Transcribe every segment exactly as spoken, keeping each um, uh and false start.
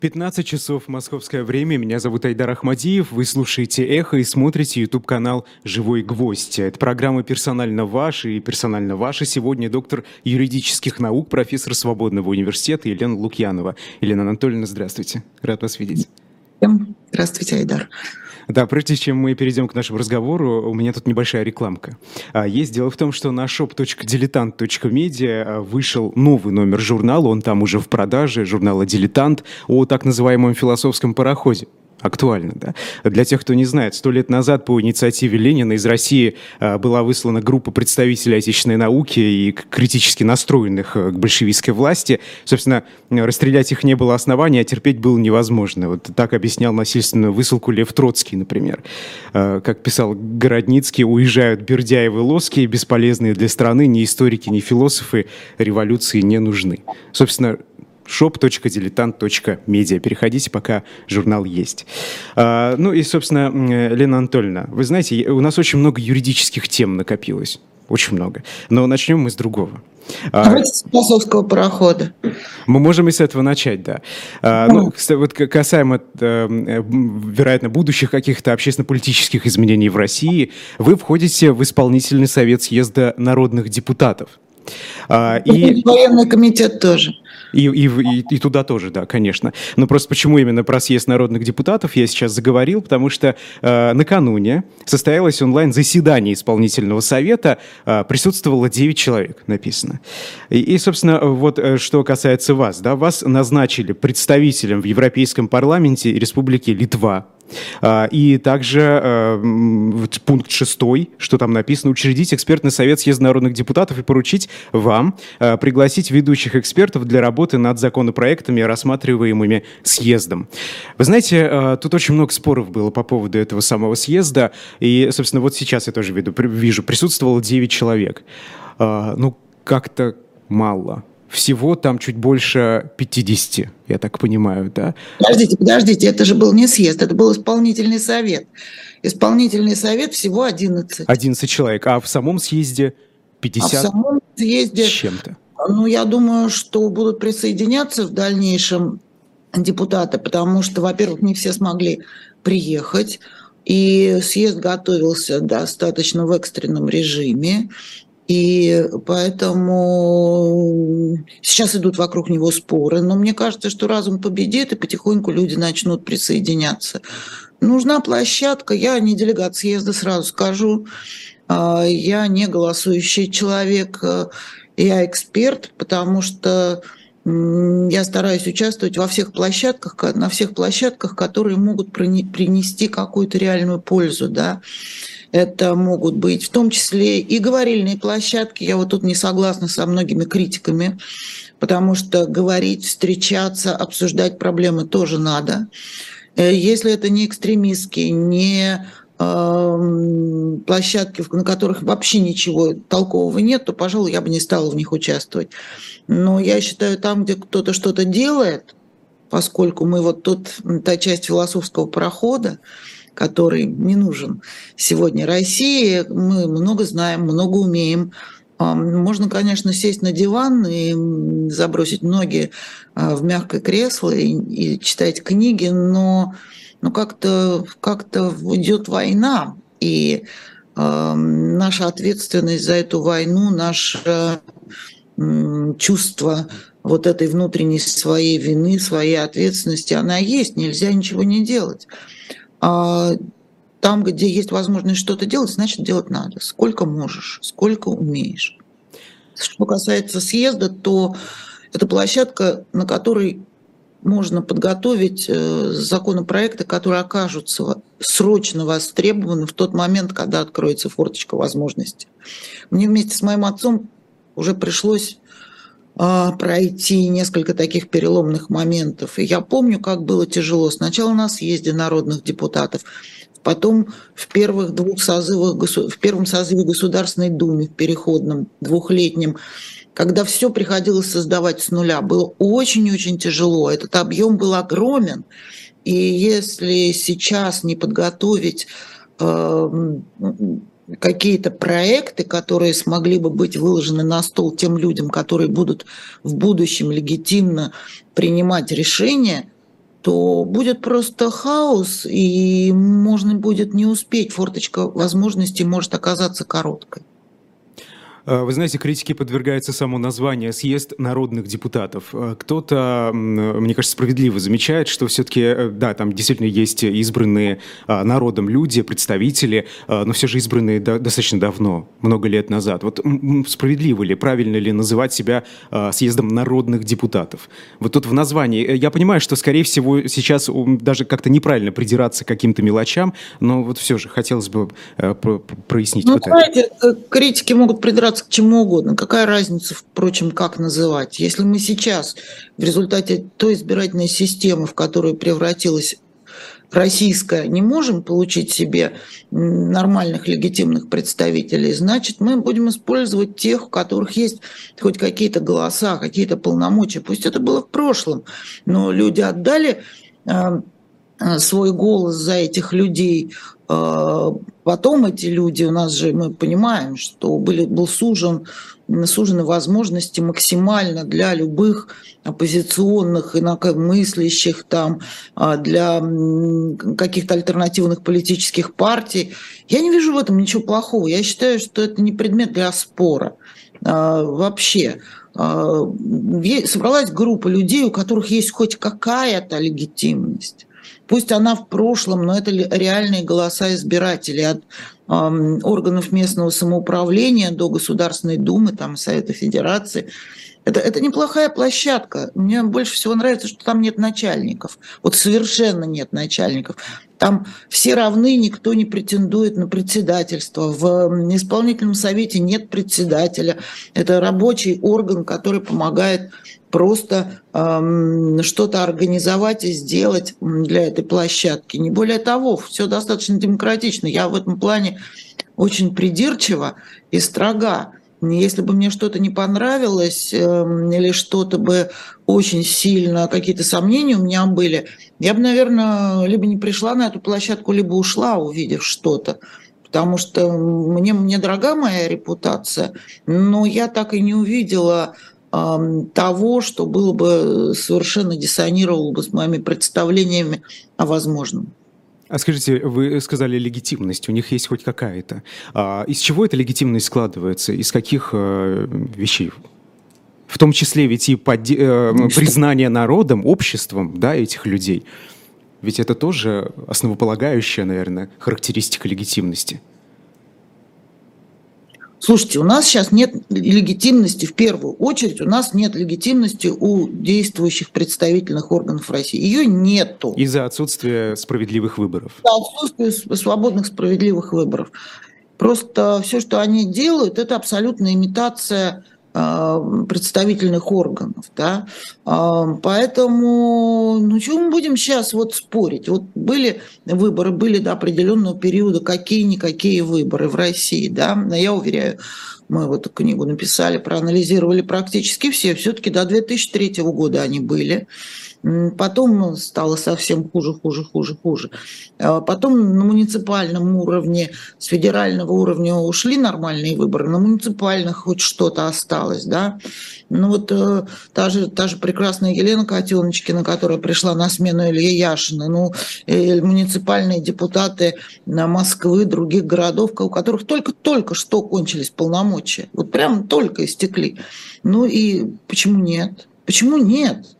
пятнадцать часов московское время. Меня зовут Айдар Ахмадиев. Вы слушаете «Эхо» и смотрите YouTube-канал «Живой гвоздь». Это программа «Персонально ваш» и «Персонально ваша». Сегодня доктор юридических наук, профессор Свободного университета Елена Лукьянова. Елена Анатольевна, здравствуйте. Рад вас видеть. Здравствуйте, Айдар. Да, прежде чем мы перейдем к нашему разговору, у меня тут небольшая рекламка. Есть дело в том, что на шоп точка дилетант точка медиа вышел новый номер журнала, он там уже в продаже, журнала «Дилетант», о так называемом философском пароходе. Актуально, да. Для тех, кто не знает, сто лет назад по инициативе Ленина из России была выслана группа представителей отечественной науки и критически настроенных к большевистской власти. Собственно, расстрелять их не было основания, а терпеть было невозможно. Вот так объяснял насильственную высылку Лев Троцкий, например. Как писал Городницкий, уезжают Бердяев и Лоцкий, бесполезные для страны, ни историки, ни философы революции не нужны. Собственно, шоп точка дилетант точка медиа. Переходите, пока журнал есть. А, ну и, собственно, Лена Анатольевна, вы знаете, у нас очень много юридических тем накопилось. Очень много. Но начнем мы с другого. Давайте с философского парохода. Мы можем и с этого начать, да. А, ну, вот касаемо, вероятно, будущих каких-то общественно-политических изменений в России, вы входите в исполнительный совет съезда народных депутатов. А, и военный комитет тоже. И, и, и, и туда тоже, да, конечно. Но просто почему именно про съезд народных депутатов я сейчас заговорил, потому что э, накануне состоялось онлайн-заседание исполнительного совета, э, присутствовало девять человек, написано. И, и, собственно, вот что касается вас, да, вас назначили представителем в Европейском парламенте Республики Литва. И также пункт шестой, что там написано, учредить экспертный совет съезда народных депутатов и поручить вам пригласить ведущих экспертов для работы над законопроектами, рассматриваемыми съездом. Вы знаете, тут очень много споров было по поводу этого самого съезда, и, собственно, вот сейчас я тоже вижу, вижу присутствовало девять человек. Ну, как-то мало. Всего там чуть больше пятидесяти, я так понимаю, да? Подождите, подождите, это же был не съезд, это был исполнительный совет. Исполнительный совет всего одиннадцать. одиннадцать человек, а в самом съезде пятьдесят? А в самом съезде... С чем-то. Ну, я думаю, что будут присоединяться в дальнейшем депутаты, потому что, во-первых, не все смогли приехать, и съезд готовился достаточно в экстренном режиме. И поэтому сейчас идут вокруг него споры. Но мне кажется, что разум победит, и потихоньку люди начнут присоединяться. Нужна площадка. Я не делегат съезда, сразу скажу. Я не голосующий человек, я эксперт, потому что я стараюсь участвовать во всех площадках, на всех площадках, которые могут принести какую-то реальную пользу, да. Это могут быть в том числе и говорильные площадки. Я вот тут не согласна со многими критиками, потому что говорить, встречаться, обсуждать проблемы тоже надо. Если это не экстремистские, не э, площадки, на которых вообще ничего толкового нет, то, пожалуй, я бы не стала в них участвовать. Но я считаю, там, где кто-то что-то делает, поскольку мы вот тут, та часть философского парохода, который не нужен сегодня России. Мы много знаем, много умеем. Можно, конечно, сесть на диван и забросить ноги в мягкое кресло и, и читать книги, но, но как-то, как-то идет война, и э, наша ответственность за эту войну, наше э, чувство вот этой внутренней своей вины, своей ответственности, она есть, нельзя ничего не делать. А там, где есть возможность что-то делать, значит, делать надо. Сколько можешь, сколько умеешь. Что касается съезда, то это площадка, на которой можно подготовить законопроекты, которые окажутся срочно востребованы в тот момент, когда откроется форточка возможностей. Мне вместе с моим отцом уже пришлось пройти несколько таких переломных моментов. И я помню, как было тяжело. Сначала на съезде народных депутатов, потом в первых двух созывах, в первом созыве Государственной Думы, в переходном, двухлетнем, когда все приходилось создавать с нуля. Было очень-очень тяжело. Этот объем был огромен. И если сейчас не подготовить э, какие-то проекты, которые смогли бы быть выложены на стол тем людям, которые будут в будущем легитимно принимать решения, то будет просто хаос, и можно будет не успеть. Форточка возможностей может оказаться короткой. Вы знаете, критике подвергается само название «Съезд народных депутатов». Кто-то, мне кажется, справедливо замечает, что все-таки, да, там действительно есть избранные народом люди, представители, но все же избранные достаточно давно, много лет назад. Вот справедливо ли, правильно ли называть себя съездом народных депутатов? Вот тут в названии, я понимаю, что, скорее всего, сейчас даже как-то неправильно придираться к каким-то мелочам, но вот все же хотелось бы прояснить ну, вот знаете, это. Критики могут придираться к чему угодно. Какая разница, впрочем, как называть? Если мы сейчас в результате той избирательной системы, в которую превратилась российская, не можем получить себе нормальных легитимных представителей, значит, мы будем использовать тех, у которых есть хоть какие-то голоса, какие-то полномочия. Пусть это было в прошлом, но люди отдали свой голос за этих людей. Потом эти люди, у нас же, мы понимаем, что были, был сужен, сужены возможности максимально для любых оппозиционных, инакомыслящих, там, для каких-то альтернативных политических партий. Я не вижу в этом ничего плохого. Я считаю, что это не предмет для спора. Вообще. Собралась группа людей, у которых есть хоть какая-то легитимность. Пусть она в прошлом, но это реальные голоса избирателей от э, органов местного самоуправления до Государственной Думы, там, Совета Федерации. Это, это неплохая площадка. Мне больше всего нравится, что там нет начальников. Вот совершенно нет начальников. Там все равны, никто не претендует на председательство. В исполнительном совете нет председателя. Это рабочий орган, который помогает просто эм, что-то организовать и сделать для этой площадки. Не более того, все достаточно демократично. Я в этом плане очень придирчива и строга. Если бы мне что-то не понравилось э, или что-то бы очень сильно, какие-то сомнения у меня были, я бы, наверное, либо не пришла на эту площадку, либо ушла, увидев что-то. Потому что мне, мне дорога моя репутация, но я так и не увидела того, что было бы совершенно диссонировало бы с моими представлениями о возможном. А скажите, вы сказали легитимность, у них есть хоть какая-то. А из чего эта легитимность складывается? Из каких э, вещей? В том числе ведь и подде- э, признание народом, обществом, да, этих людей. Ведь это тоже основополагающая, наверное, характеристика легитимности. Слушайте, у нас сейчас нет легитимности, в первую очередь, у нас нет легитимности у действующих представительных органов России. Ее нету. Из-за отсутствия справедливых выборов. Из-за отсутствия свободных справедливых выборов. Просто все, что они делают, это абсолютная имитация представительных органов, да, поэтому, ну, чего мы будем сейчас вот спорить? Вот были выборы, были до определенного периода какие-никакие выборы в России, да, я уверяю, мы вот эту книгу написали, проанализировали практически все, все-таки до две тысячи третьего года они были. Потом стало совсем хуже, хуже, хуже, хуже. Потом на муниципальном уровне, с федерального уровня ушли нормальные выборы, на муниципальных хоть что-то осталось, да. Ну вот та же, та же прекрасная Елена Котеночкина, которая пришла на смену Илье Яшина, ну, муниципальные депутаты Москвы, других городов, у которых только-только что кончились полномочия, вот прям только истекли. Ну и почему нет? Почему нет?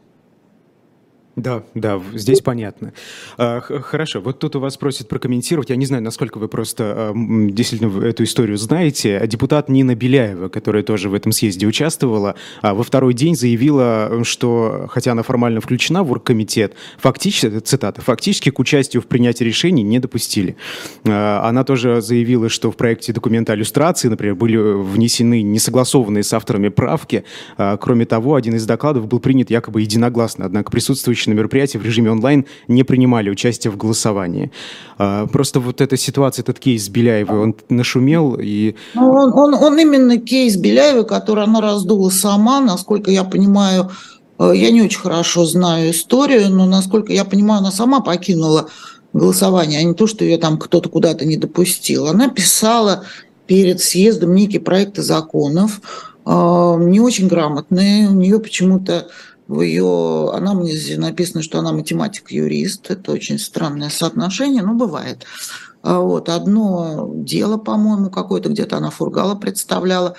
Да, да, здесь понятно. Хорошо, вот тут у вас просят прокомментировать, я не знаю, насколько вы просто действительно эту историю знаете, депутат Нина Беляева, которая тоже в этом съезде участвовала, во второй день заявила, что, хотя она формально включена в оргкомитет, фактически, цитата, фактически к участию в принятии решений не допустили. Она тоже заявила, что в проекте документа о люстрации, например, были внесены несогласованные с авторами правки. Кроме того, один из докладов был принят якобы единогласно, однако присутствующие на мероприятии в режиме онлайн не принимали участие в голосовании. Просто вот эта ситуация, этот кейс Беляевой, он нашумел и... Ну, он, он, он именно кейс Беляевой, который она раздула сама, насколько я понимаю, я не очень хорошо знаю историю, но, насколько я понимаю, она сама покинула голосование, а не то, что ее там кто-то куда-то не допустил. Она писала перед съездом некие проекты законов, не очень грамотные, у нее почему-то в ее анамнезе написано, что она математик-юрист. Это очень странное соотношение, но бывает. Вот. Одно дело, по-моему, какое-то, где-то она Фургала представляла.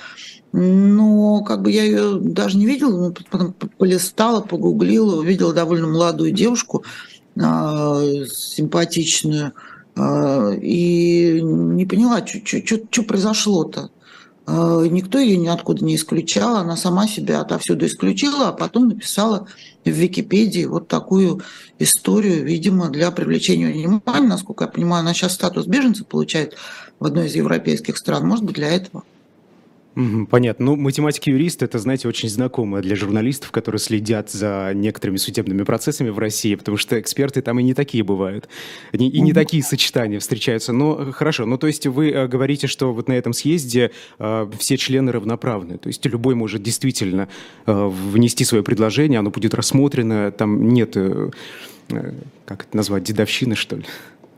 Но как бы я ее даже не видела, но потом полистала, погуглила, увидела довольно молодую девушку, симпатичную, и не поняла, что произошло-то. Никто ее ниоткуда не исключал, она сама себя отовсюду исключила, а потом написала в Википедии вот такую историю, видимо, для привлечения внимания. Насколько я понимаю, она сейчас статус беженца получает в одной из европейских стран, может быть, для этого. Понятно. Ну, математик-юрист – это, знаете, очень знакомо для журналистов, которые следят за некоторыми судебными процессами в России, потому что эксперты там и не такие бывают, и не, не такие сочетания встречаются. Но хорошо, ну то есть вы говорите, что вот на этом съезде э, все члены равноправны, то есть любой может действительно э, внести свое предложение, оно будет рассмотрено, там нет, э, как это назвать, дедовщины, что ли?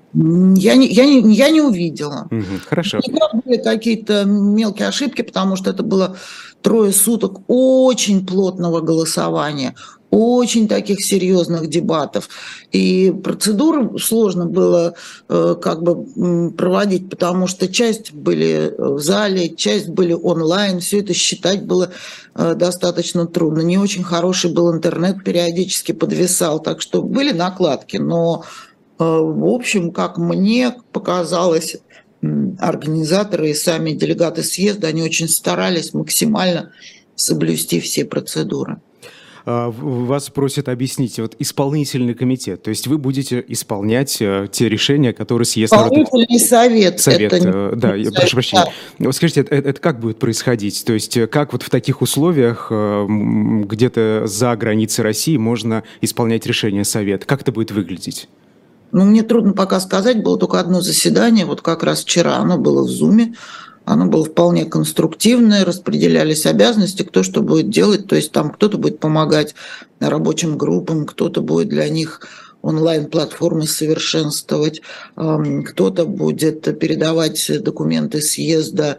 Я не, я, не, я не увидела. Угу, хорошо. Были какие-то мелкие ошибки, потому что это было трое суток очень плотного голосования, очень таких серьезных дебатов. И процедуру сложно было э, как бы проводить, потому что часть были в зале, часть были онлайн. Все это считать было э, достаточно трудно. Не очень хороший был интернет, периодически подвисал. Так что были накладки, но... В общем, как мне показалось, организаторы и сами делегаты съезда, они очень старались максимально соблюсти все процедуры. Вас просят объяснить, вот исполнительный комитет, то есть вы будете исполнять э, те решения, которые съезд... Исполнительный совет. Совет, это э, да, я прошу прощения. Да. Вот скажите, это, это как будет происходить? То есть как вот в таких условиях э, где-то за границей России можно исполнять решения совета? Как это будет выглядеть? Ну, мне трудно пока сказать, было только одно заседание, вот как раз вчера, оно было в Зуме, оно было вполне конструктивное, распределялись обязанности, кто что будет делать, то есть там кто-то будет помогать рабочим группам, кто-то будет для них онлайн-платформы совершенствовать, кто-то будет передавать документы съезда,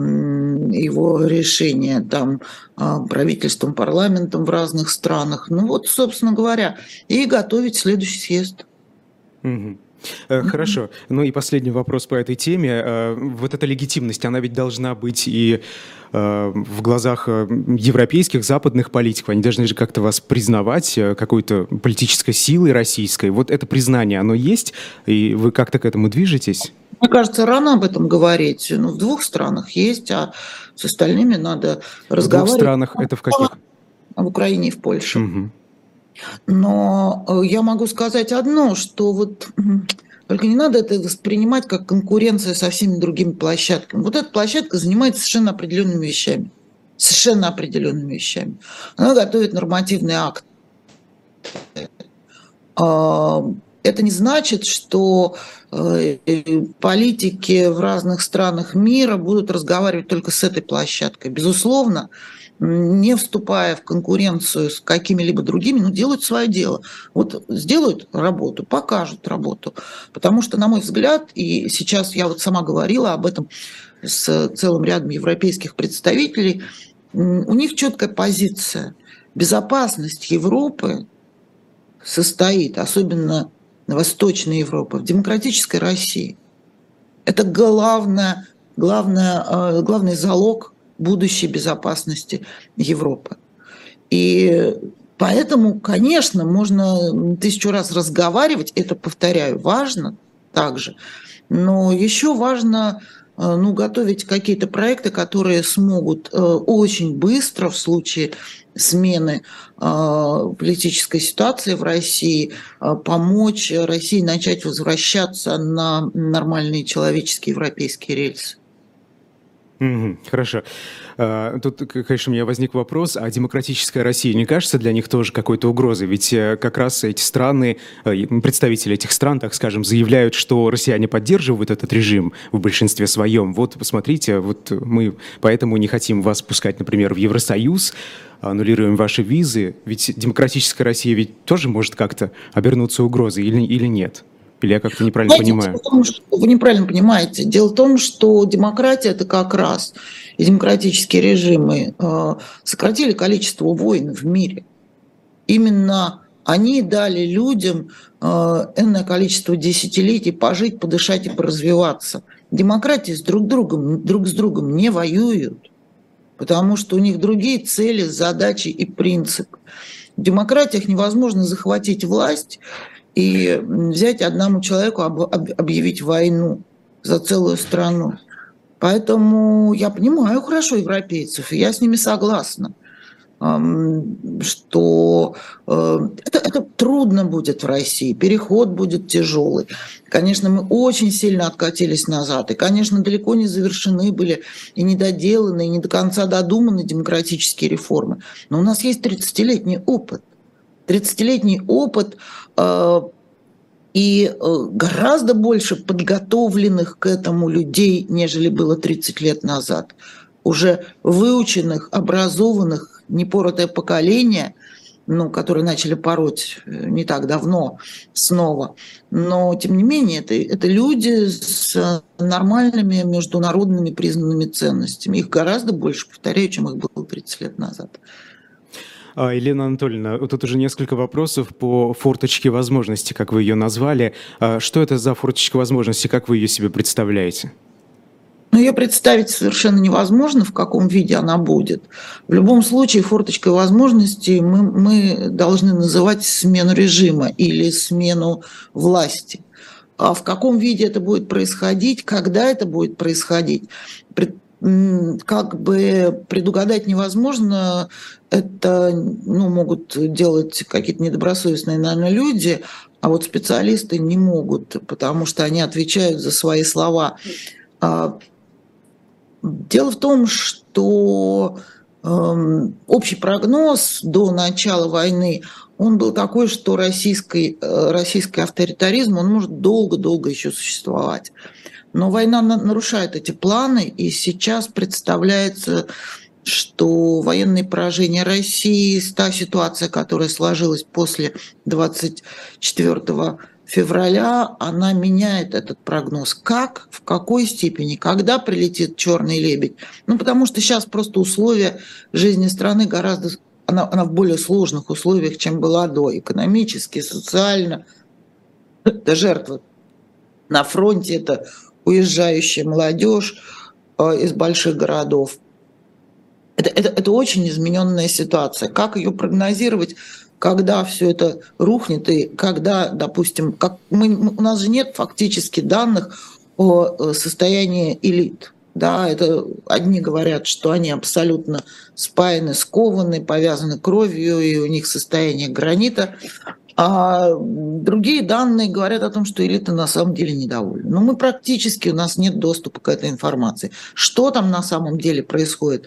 его решения там правительством, парламентом в разных странах, ну вот, собственно говоря, и готовить следующий съезд. Угу. Хорошо. Ну и последний вопрос по этой теме. Вот эта легитимность, она ведь должна быть и в глазах европейских, западных политиков. Они должны же как-то вас признавать какой-то политической силой российской. Вот это признание, оно есть? И вы как-то к этому движетесь? Мне кажется, рано об этом говорить. Ну, в двух странах есть, а с остальными надо разговаривать. В двух странах это в каких? В Украине и в Польше. Угу. Но я могу сказать одно, что вот только не надо это воспринимать как конкуренция со всеми другими площадками. Вот эта площадка занимается совершенно определенными вещами. Совершенно определенными вещами. Она готовит нормативный акт. Это не значит, что политики в разных странах мира будут разговаривать только с этой площадкой. Безусловно, не вступая в конкуренцию с какими-либо другими, но делают свое дело. Вот сделают работу, покажут работу. Потому что, на мой взгляд, и сейчас я вот сама говорила об этом с целым рядом европейских представителей, у них четкая позиция. Безопасность Европы состоит, особенно Восточной Европы, в демократической России. Это главное, главное, главный залог будущей безопасности Европы. И поэтому, конечно, можно тысячу раз разговаривать, это, повторяю, важно также, но еще важно ну, готовить какие-то проекты, которые смогут очень быстро в случае смены политической ситуации в России помочь России начать возвращаться на нормальные человеческие европейские рельсы. Mm-hmm. Хорошо. Тут, конечно, у меня возник вопрос, а демократическая Россия не кажется для них тоже какой-то угрозой? Ведь как раз эти страны, представители этих стран, так скажем, заявляют, что россияне поддерживают этот режим в большинстве своем. Вот, посмотрите, вот мы поэтому не хотим вас пускать, например, в Евросоюз, аннулируем ваши визы. Ведь демократическая Россия ведь тоже может как-то обернуться угрозой или, или нет? Или я как-то неправильно Знаете, понимаю? Дело в том, что вы неправильно понимаете. Дело в том, что демократия – это как раз и демократические режимы э, сократили количество войн в мире. Именно они дали людям э, энное количество десятилетий пожить, подышать и поразвиваться. Демократии с друг другом, друг с другом не воюют, потому что у них другие цели, задачи и принципы. В демократиях невозможно захватить власть и взять одному человеку, объявить войну за целую страну. Поэтому я понимаю хорошо европейцев, и я с ними согласна, что это, это трудно будет в России, переход будет тяжелый. Конечно, мы очень сильно откатились назад, и, конечно, далеко не завершены были и недоделаны, и не до конца додуманы демократические реформы. Но у нас есть тридцатилетний опыт. тридцатилетний опыт и гораздо больше подготовленных к этому людей, нежели было тридцать лет назад. Уже выученных, образованных, непоротое поколение, ну, которые начали пороть не так давно снова. Но, тем не менее, это, это люди с нормальными международными признанными ценностями. Их гораздо больше, повторяю, чем их было тридцать лет назад. Елена Анатольевна, тут уже несколько вопросов по форточке возможностей, как вы ее назвали. Что это за форточка возможностей, как вы ее себе представляете? Но ее представить совершенно невозможно, в каком виде она будет. В любом случае, форточкой возможностей мы, мы должны называть смену режима или смену власти. А в каком виде это будет происходить, когда это будет происходить, как бы предугадать невозможно. Это, ну, могут делать какие-то недобросовестные, наверное, люди, а вот специалисты не могут, потому что они отвечают за свои слова. Дело в том, что э, общий прогноз до начала войны, он был такой, что российский, э, российский авторитаризм, он может долго-долго еще существовать. Но война на, нарушает эти планы, и сейчас представляется, что военные поражения России, та ситуация, которая сложилась после двадцать четвёртого февраля, она меняет этот прогноз. Как, в какой степени, когда прилетит черный лебедь? Ну, потому что сейчас просто условия жизни страны гораздо, она, она в более сложных условиях, чем была до, экономически, социально. Это жертвы на фронте, это уезжающая молодежь э, из больших городов. Это, это, это очень измененная ситуация. Как ее прогнозировать? Когда все это рухнет и когда, допустим, как мы, у нас же нет фактически данных о состоянии элит. Да, это одни говорят, что они абсолютно спаяны, скованы, повязаны кровью, и у них состояние гранита. А другие данные говорят о том, что элита на самом деле недовольна. Но мы практически, у нас нет доступа к этой информации. Что там на самом деле происходит,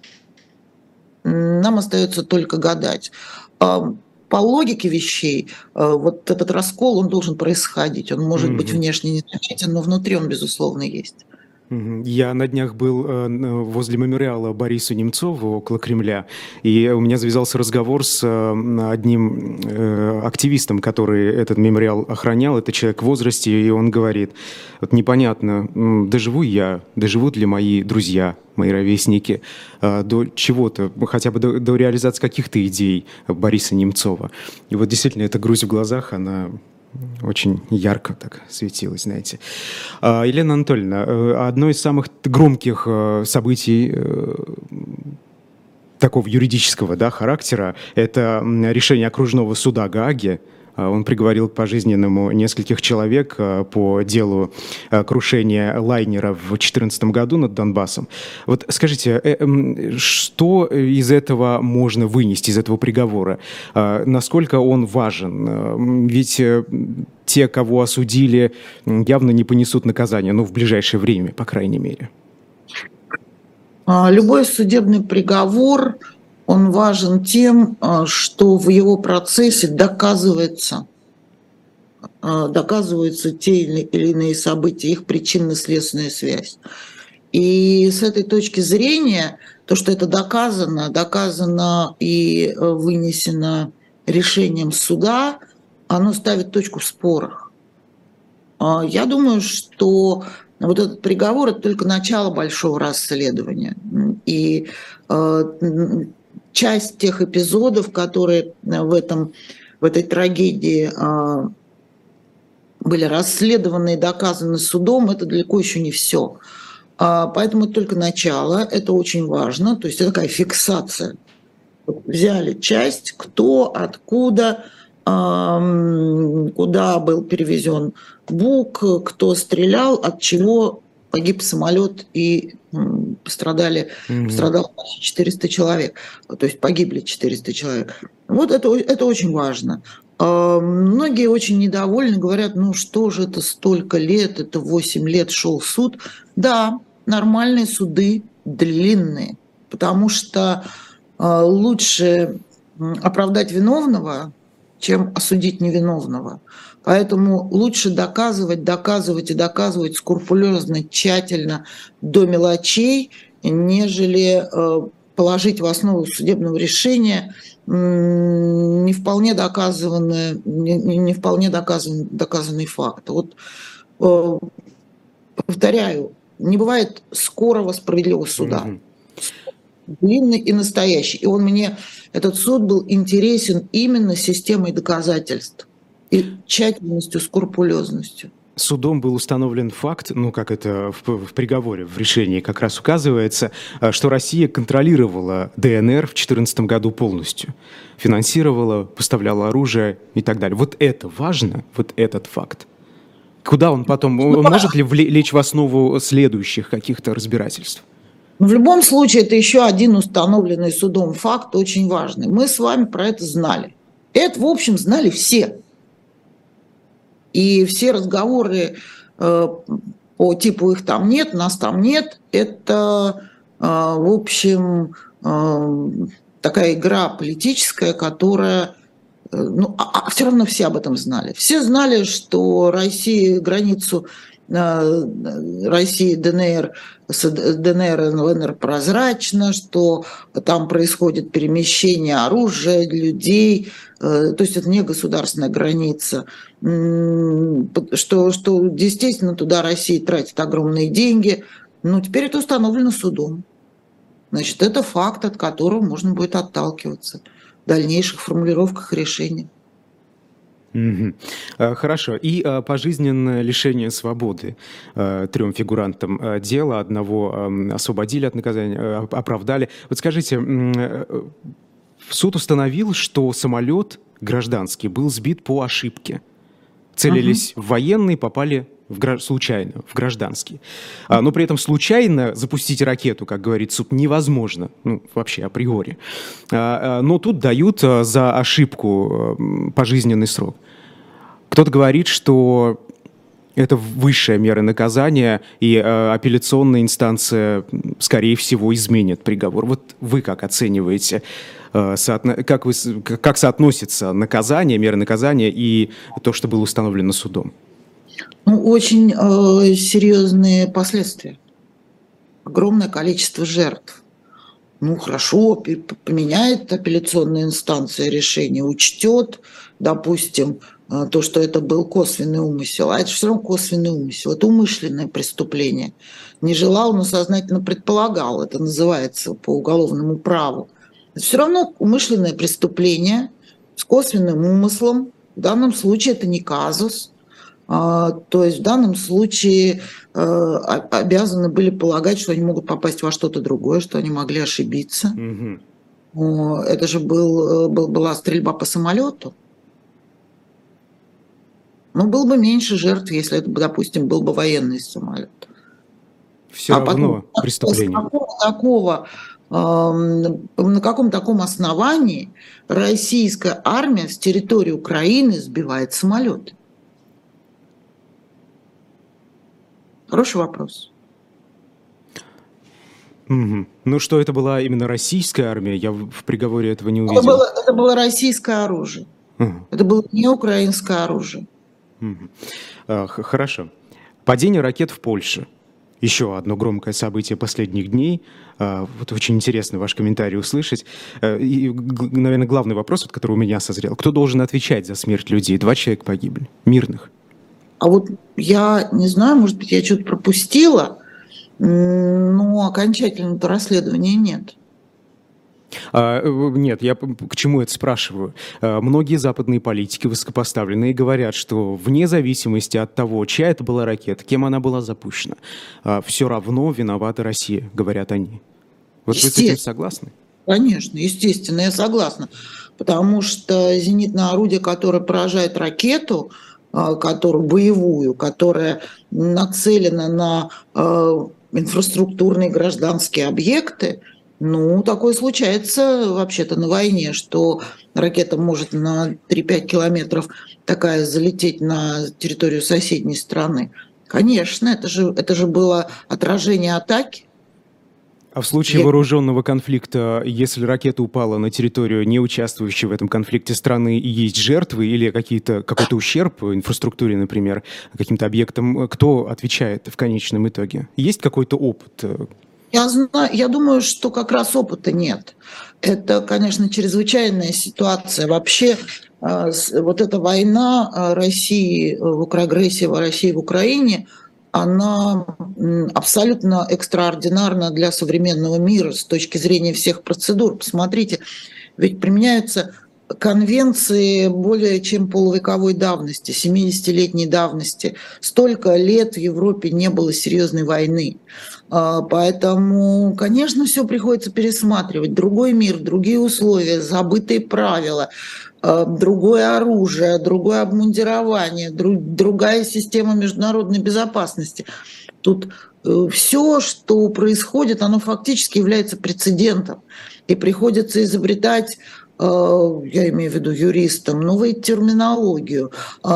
нам остается только гадать. По логике вещей, вот этот раскол, он должен происходить. Он может mm-hmm. быть внешне незаметен, но внутри он, безусловно, есть. Я на днях был возле мемориала Борису Немцову около Кремля, и у меня завязался разговор с одним активистом, который этот мемориал охранял. Это человек в возрасте, и он говорит: вот непонятно, доживу я, доживут ли мои друзья, мои ровесники до чего-то, хотя бы до, до реализации каких-то идей Бориса Немцова. И вот действительно эта грусть в глазах, она очень ярко так светилась, знаете. Елена Анатольевна, одно из самых громких событий такого юридического, да, характера — это решение окружного суда Гааги. Он приговорил к пожизненному нескольких человек по делу крушения лайнера в две тысячи четырнадцатом году над Донбассом. Вот скажите, что из этого можно вынести, из этого приговора? Насколько он важен? Ведь те, кого осудили, явно не понесут наказания, ну, в ближайшее время, по крайней мере. Любой судебный приговор, он важен тем, что в его процессе доказывается, доказываются те или иные события, их причинно-следственная связь. И с этой точки зрения, то, что это доказано, доказано и вынесено решением суда, оно ставит точку в спорах. Я думаю, что вот этот приговор – это только начало большого расследования. И часть тех эпизодов, которые в, этом, в этой трагедии были расследованы и доказаны судом, это далеко еще не все. Поэтому это только начало, это очень важно, то есть это такая фиксация. Взяли часть, кто, откуда, куда был перевезен Бук, кто стрелял, от чего погиб самолет и пострадали, mm-hmm. пострадало почти четыреста человек, то есть погибли четыреста человек. Вот это, это очень важно. Многие очень недовольны, говорят, ну что же это столько лет, это восемь лет шел суд. Да, нормальные суды длинные, потому что лучше оправдать виновного, чем осудить невиновного. Поэтому лучше доказывать, доказывать и доказывать скрупулезно, тщательно, до мелочей, нежели положить в основу судебного решения не вполне доказанный, не вполне доказан, доказанный факт. Вот повторяю, не бывает скорого справедливого суда. Mm-hmm. Длинный и настоящий. И он мне, этот суд был интересен именно системой доказательств и тщательностью, скрупулезностью. Судом был установлен факт, ну, как это в, в приговоре, в решении как раз указывается, что Россия контролировала ДНР в две тысячи четырнадцатом году полностью. Финансировала, поставляла оружие и так далее. Вот это важно, вот этот факт. Куда он потом, ну, может ли лечь в основу следующих каких-то разбирательств? В любом случае, это еще один установленный судом факт, очень важный. Мы с вами про это знали. Это, в общем, знали все. И все разговоры э, по типу «их там нет», «нас там нет», это, э, в общем, э, такая игра политическая, которая... Э, ну, а, а все равно все об этом знали. Все знали, что Россия границу э, России, ДНР, с ДНР и ЛНР прозрачно, что там происходит перемещение оружия, людей, то есть это не государственная граница, что, что естественно, туда Россия тратит огромные деньги, но теперь это установлено судом. Значит, это факт, от которого можно будет отталкиваться в дальнейших формулировках решения. Mm-hmm. Хорошо. И а, пожизненное лишение свободы а, трем фигурантам а, дела. Одного а, освободили от наказания, а, оправдали. Вот скажите, а, суд установил, что самолет гражданский был сбит по ошибке. Целились uh-huh. в военный, попали в гра... случайно в гражданский. А, но при этом случайно запустить ракету, как говорит суд, невозможно. Ну, вообще априори. А, а, но тут дают а, за ошибку а, пожизненный срок. Кто-то говорит, что это высшая мера наказания, и э, апелляционная инстанция, скорее всего, изменит приговор. Вот вы как оцениваете, э, соотно... как, вы... как соотносится наказание, мера наказания и то, что было установлено судом? Ну, очень э, серьезные последствия. Огромное количество жертв. Ну, хорошо, поменяет апелляционная инстанция решение, учтет, допустим, то, что это был косвенный умысел, а это все равно косвенный умысел, это умышленное преступление. Не желал, но сознательно предполагал, это называется по уголовному праву. Это все равно умышленное преступление с косвенным умыслом, в данном случае это не казус, то есть в данном случае обязаны были полагать, что они могут попасть во что-то другое, что они могли ошибиться. Mm-hmm. Это же был, был, была стрельба по самолету. Ну, было бы меньше жертв, если это, допустим, был бы военный самолет. Все а равно потом, преступление. С какого такого, э, на каком таком основании российская армия с территории Украины сбивает самолеты? Хороший вопрос. Угу. Ну, что это была именно российская армия, я в приговоре этого не увидел. Это было, это было российское оружие. Угу. Это было не украинское оружие. Хорошо. Падение ракет в Польше. Еще одно громкое событие последних дней. Вот очень интересно ваш комментарий услышать. И, наверное, главный вопрос, который у меня созрел. Кто должен отвечать за смерть людей? Два человека погибли, мирных. А вот я не знаю, может быть, я что-то пропустила, но окончательного расследования нет. А, нет, я к чему это спрашиваю? А, многие западные политики высокопоставленные говорят, что вне зависимости от того, чья это была ракета, кем она была запущена, а, все равно виновата Россия, говорят они. Вот вы с этим согласны? Конечно, естественно, я согласна. Потому что зенитное орудие, которое поражает ракету, которую боевую, которая нацелена на инфраструктурные гражданские объекты, ну, такое случается вообще-то на войне, что ракета может на три-пять километров такая залететь на территорию соседней страны. Конечно, это же, это же было отражение атаки. А в случае Я... вооруженного конфликта, если ракета упала на территорию, не участвующей в этом конфликте страны, и есть жертвы или какие-то, какой-то ущерб инфраструктуре, например, каким-то объектам, кто отвечает в конечном итоге? Есть какой-то опыт? Я знаю, я думаю, что как раз опыта нет. Это, конечно, чрезвычайная ситуация. Вообще, вот эта война России, агрессия России в Украине, она абсолютно экстраординарна для современного мира с точки зрения всех процедур. Посмотрите, ведь применяются конвенции более чем полувековой давности, семидесятилетней давности. Столько лет в Европе не было серьезной войны. Поэтому, конечно, все приходится пересматривать. Другой мир, другие условия, забытые правила, другое оружие, другое обмундирование, другая система международной безопасности. Тут все, что происходит, оно фактически является прецедентом. И приходится изобретать, я имею в виду юристам, новую терминологию,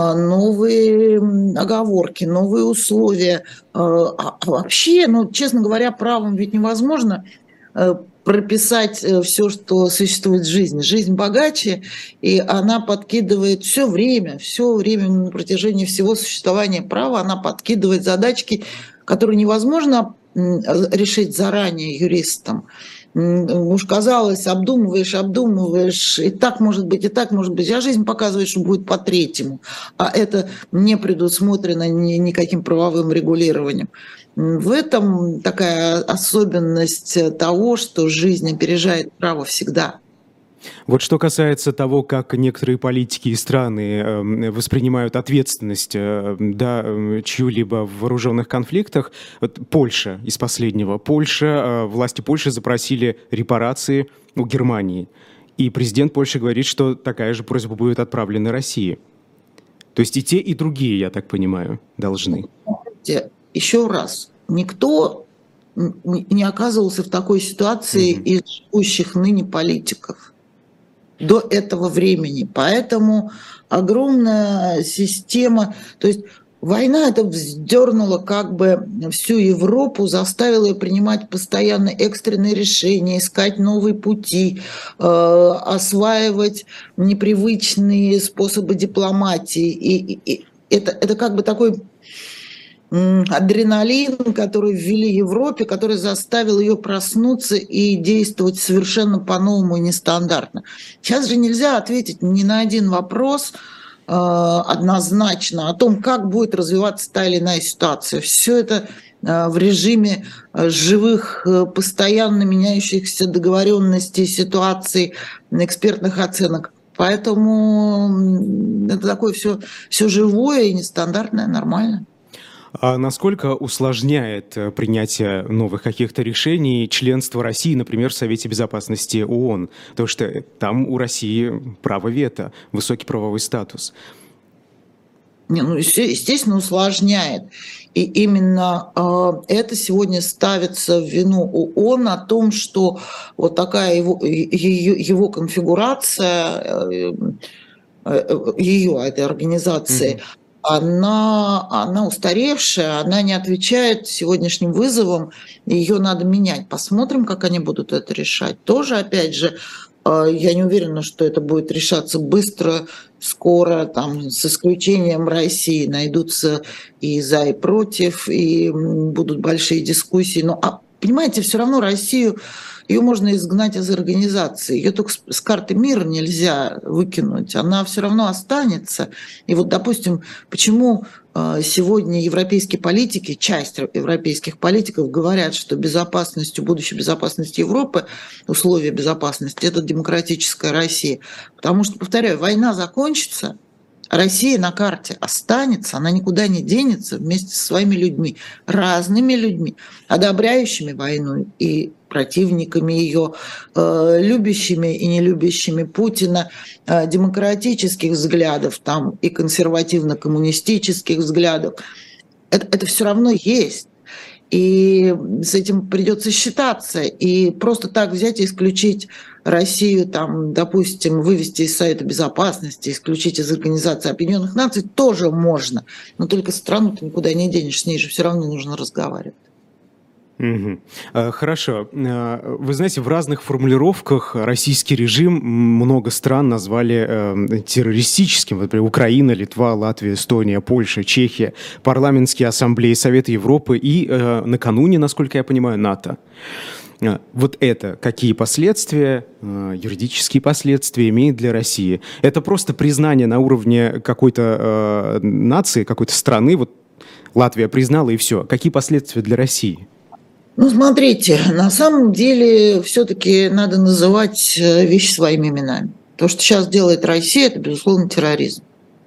новые оговорки, новые условия. А вообще, ну, честно говоря, правом ведь невозможно прописать все, что существует в жизни. Жизнь богаче, и она подкидывает все время, все время на протяжении всего существования права, она подкидывает задачки, которые невозможно решить заранее юристам. Уж казалось, обдумываешь, обдумываешь, и так может быть, и так может быть. А жизнь показывает, что будет по третьему. А это не предусмотрено ни, никаким правовым регулированием. В этом такая особенность того, что жизнь опережает право всегда. Вот что касается того, как некоторые политики и страны воспринимают ответственность, да, чью-либо в вооруженных конфликтах, вот Польша из последнего. Польша, власти Польши запросили репарации у Германии. И президент Польши говорит, что такая же просьба будет отправлена России. То есть и те, и другие, я так понимаю, должны. Еще раз, никто не оказывался в такой ситуации mm-hmm. из живущих ныне политиков до этого времени. Поэтому огромная система, то есть война это вздернула как бы всю Европу, заставила ее принимать постоянно экстренные решения, искать новые пути, э, осваивать непривычные способы дипломатии. И, и, и это, это как бы такой адреналин, который ввели Европе, который заставил ее проснуться и действовать совершенно по-новому и нестандартно. Сейчас же нельзя ответить ни на один вопрос э, однозначно о том, как будет развиваться та или иная ситуация. Все это э, в режиме живых, э, постоянно меняющихся договоренностей, ситуаций, экспертных оценок. Поэтому это такое все, все живое и нестандартное, нормально. А насколько усложняет принятие новых каких-то решений членство России, например, в Совете Безопасности ООН? Потому что там у России право вето, высокий правовой статус. Не, ну, естественно, усложняет. И именно э, это сегодня ставится в вину ООН о том, что вот такая его, ее, его конфигурация, э, э, ее, этой организации, mm-hmm. Она, она устаревшая, она не отвечает сегодняшним вызовам, ее надо менять. Посмотрим, как они будут это решать. Тоже, опять же, я не уверена, что это будет решаться быстро, скоро, там, с исключением России. Найдутся и за, и против, и будут большие дискуссии. Но понимаете, все равно Россию, ее можно изгнать из организации, ее только с карты мира нельзя выкинуть, она все равно останется. И вот, допустим, почему сегодня европейские политики, часть европейских политиков говорят, что безопасностью, будущей безопасности Европы, условия безопасности – это демократическая Россия. Потому что, повторяю, война закончится, Россия на карте останется, она никуда не денется вместе со своими людьми, разными людьми, одобряющими войну и противниками ее, э, любящими и нелюбящими Путина, э, демократических взглядов там, и консервативно-коммунистических взглядов. Это, это все равно есть. И с этим придется считаться. И просто так взять и исключить Россию, там, допустим, вывести из Совета Безопасности, исключить из Организации Объединенных Наций тоже можно. Но только страну ты никуда не денешь, с ней же все равно нужно разговаривать. Угу. Хорошо. Вы знаете, в разных формулировках российский режим много стран назвали террористическим. Например, Украина, Литва, Латвия, Эстония, Польша, Чехия, парламентские ассамблеи Совета Европы и накануне, насколько я понимаю, НАТО. Вот это какие последствия, юридические последствия имеет для России? Это просто признание на уровне какой-то нации, какой-то страны. Вот Латвия признала и все. Какие последствия для России? Ну, смотрите, на самом деле все-таки надо называть вещи своими именами. То, что сейчас делает Россия, это, безусловно, терроризм.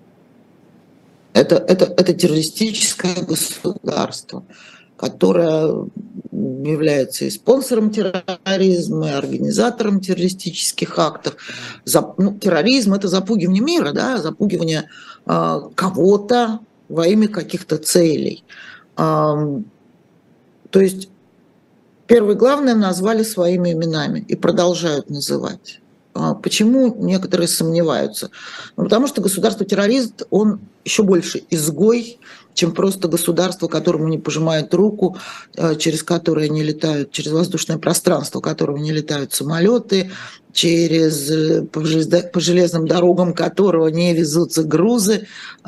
Это, это, это террористическое государство, которое является и спонсором терроризма, и организатором террористических актов. За, ну, терроризм – это запугивание мира, да, запугивание э, кого-то во имя каких-то целей. Э, то есть первое и главное назвали своими именами и продолжают называть. Почему некоторые сомневаются? Ну, потому что государство-террорист, он еще больше изгой, чем просто государство, которому не пожимают руку, через которое не летают, через воздушное пространство, которого не летают самолеты, через, по железным дорогам которого не везутся грузы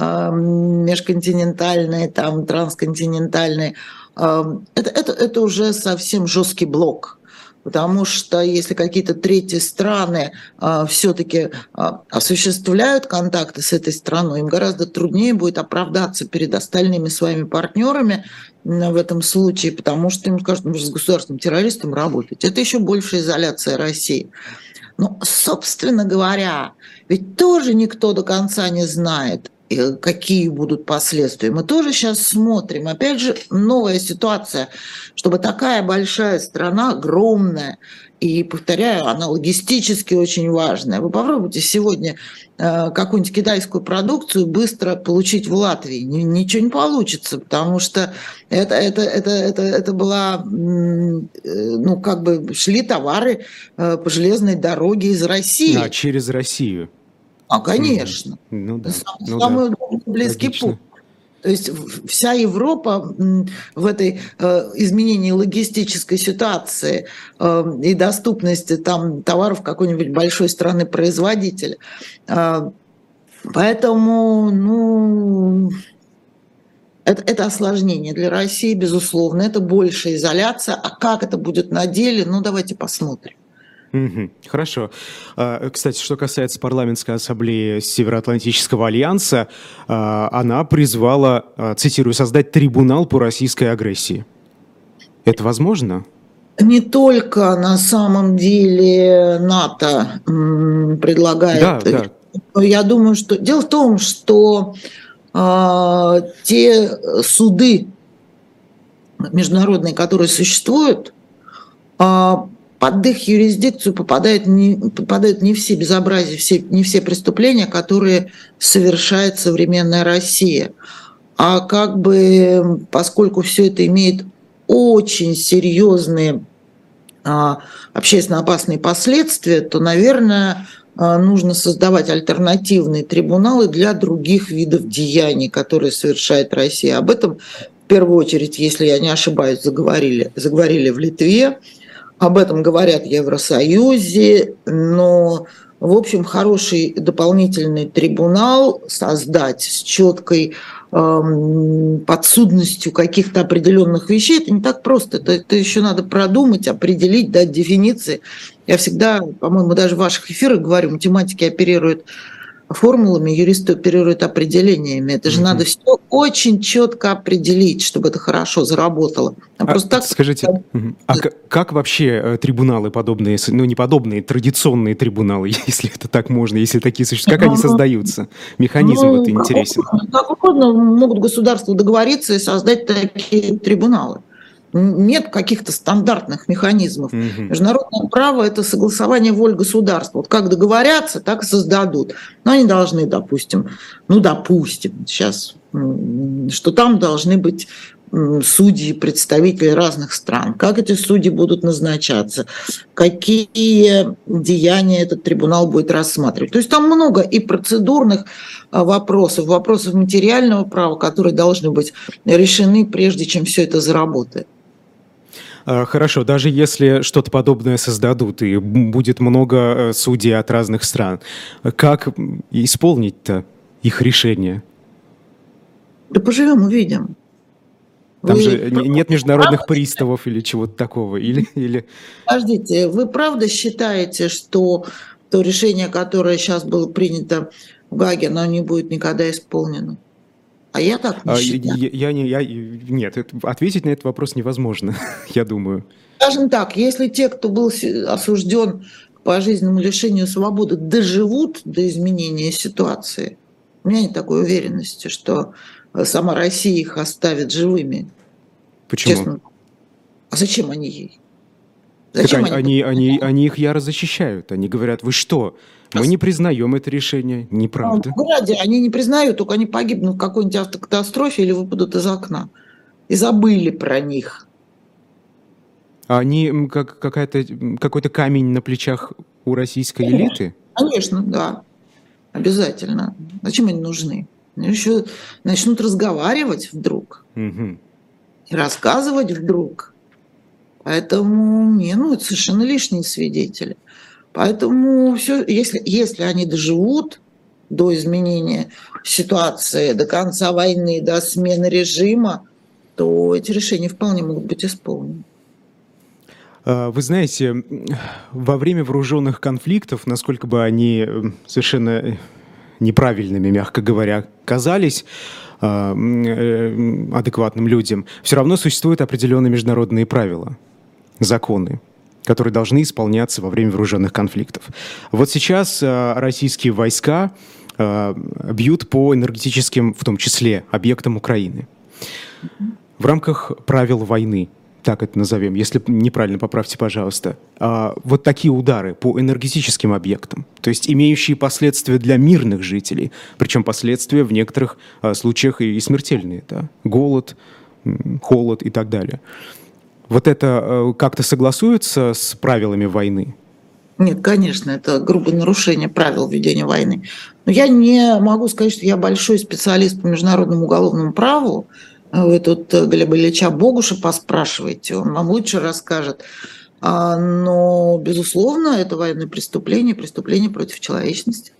межконтинентальные, там, трансконтинентальные. Это, это, это уже совсем жесткий блок. Потому что если какие-то третьи страны а, все-таки а, осуществляют контакты с этой страной, им гораздо труднее будет оправдаться перед остальными своими партнерами в этом случае, потому что им скажут, ну, вы же с государственным террористом работаете. Это еще большая изоляция России. Ну, собственно говоря, ведь тоже никто до конца не знает, какие будут последствия. Мы тоже сейчас смотрим. Опять же, новая ситуация, чтобы такая большая страна, огромная, и, повторяю, она логистически очень важная. Вы попробуйте сегодня э, какую-нибудь китайскую продукцию быстро получить в Латвии. Ничего не получится, потому что это, это, это, это, это была, ну, как бы шли товары э, по железной дороге из России. А, через Россию. А, конечно. Ну, да. Самый, ну, самый да. близкий Логично. путь. То есть вся Европа в этой э, изменении логистической ситуации э, и доступности там товаров какой-нибудь большой страны-производителя. Э, поэтому, ну, это, это осложнение для России, безусловно. Это большая изоляция. А как это будет на деле, ну, давайте посмотрим. Угу. Хорошо. Кстати, что касается парламентской ассамблеи Североатлантического альянса, она призвала, цитирую, создать трибунал по российской агрессии. Это возможно? Не только на самом деле НАТО предлагает. Да, да. Я думаю, что дело в том, что э, те суды международные, которые существуют, э, под их юрисдикцию попадают не, попадают не все безобразия, все, не все преступления, которые совершает современная Россия. А как бы, поскольку все это имеет очень серьезные а, общественно опасные последствия, то, наверное, а, нужно создавать альтернативные трибуналы для других видов деяний, которые совершает Россия. Об этом в первую очередь, если я не ошибаюсь, заговорили, заговорили в Литве. Об этом говорят в Евросоюзе, но в общем, хороший дополнительный трибунал создать с четкой эм, подсудностью каких-то определенных вещей, это не так просто. Это, это еще надо продумать, определить, дать дефиниции. Я всегда, по-моему, даже в ваших эфирах говорю, математики оперируют формулами, юристы оперируют определениями. Это же mm-hmm. надо все очень четко определить, чтобы это хорошо заработало. А, а просто так... Скажите, mm-hmm. а как, как вообще трибуналы подобные, ну не подобные, традиционные трибуналы, если это так можно, если такие существуют, как mm-hmm. они создаются? Механизм ну, вот интересен. Как, как угодно могут государства договориться и создать такие трибуналы. Нет каких-то стандартных механизмов. Mm-hmm. Международное право – это согласование воль государств. Вот как договорятся, так и создадут. Но они должны, допустим, ну, допустим, сейчас, что там должны быть судьи, представители разных стран. Как эти судьи будут назначаться? Какие деяния этот трибунал будет рассматривать? То есть там много и процедурных вопросов, вопросов материального права, которые должны быть решены, прежде чем все это заработает. Хорошо, даже если что-то подобное создадут и будет много судей от разных стран, как исполнить-то их решение? Да поживем, увидим. Там вы... же нет международных правда? приставов или чего-то такого? Или, или... Подождите, вы правда считаете, что то решение, которое сейчас было принято в Гааге, оно не будет никогда исполнено? А я так не считаю. Я, я, я, я, нет, это, ответить на этот вопрос невозможно, я думаю. Скажем так, если те, кто был осужден к пожизненному лишению свободы, доживут до изменения ситуации, у меня нет такой уверенности, что сама Россия их оставит живыми. Почему? Честно. А зачем они ей? Зачем они, они, они, они их яро защищают. Они говорят, вы что? Мы не признаем это решение. Неправда. Ну, ради, они не признают, только они погибнут в какой-нибудь автокатастрофе или выпадут из окна. И забыли про них. А они как какая-то, какой-то камень на плечах у российской Конечно. элиты? Конечно, да. Обязательно. Зачем они нужны? Они еще начнут разговаривать вдруг. Угу. И рассказывать вдруг. Поэтому не, ну, это совершенно лишние свидетели. Поэтому все, если, если они доживут до изменения ситуации, до конца войны, до смены режима, то эти решения вполне могут быть исполнены. Вы знаете, во время вооруженных конфликтов, насколько бы они совершенно неправильными, мягко говоря, казались адекватным людям, все равно существуют определенные международные правила, законы, которые должны исполняться во время вооруженных конфликтов. Вот сейчас российские войска бьют по энергетическим, в том числе, объектам Украины. В рамках правил войны, так это назовем, если неправильно, поправьте, пожалуйста, вот такие удары по энергетическим объектам, то есть имеющие последствия для мирных жителей, причем последствия в некоторых случаях и смертельные, да? Голод, холод и так далее. Вот это как-то согласуется с правилами войны? Нет, конечно, это грубое нарушение правил ведения войны. Но я не могу сказать, что я большой специалист по международному уголовному праву. Вы тут Глеба Ильича Богуша поспрашиваете, он вам лучше расскажет. Но, безусловно, это военное преступление, преступление против человечности.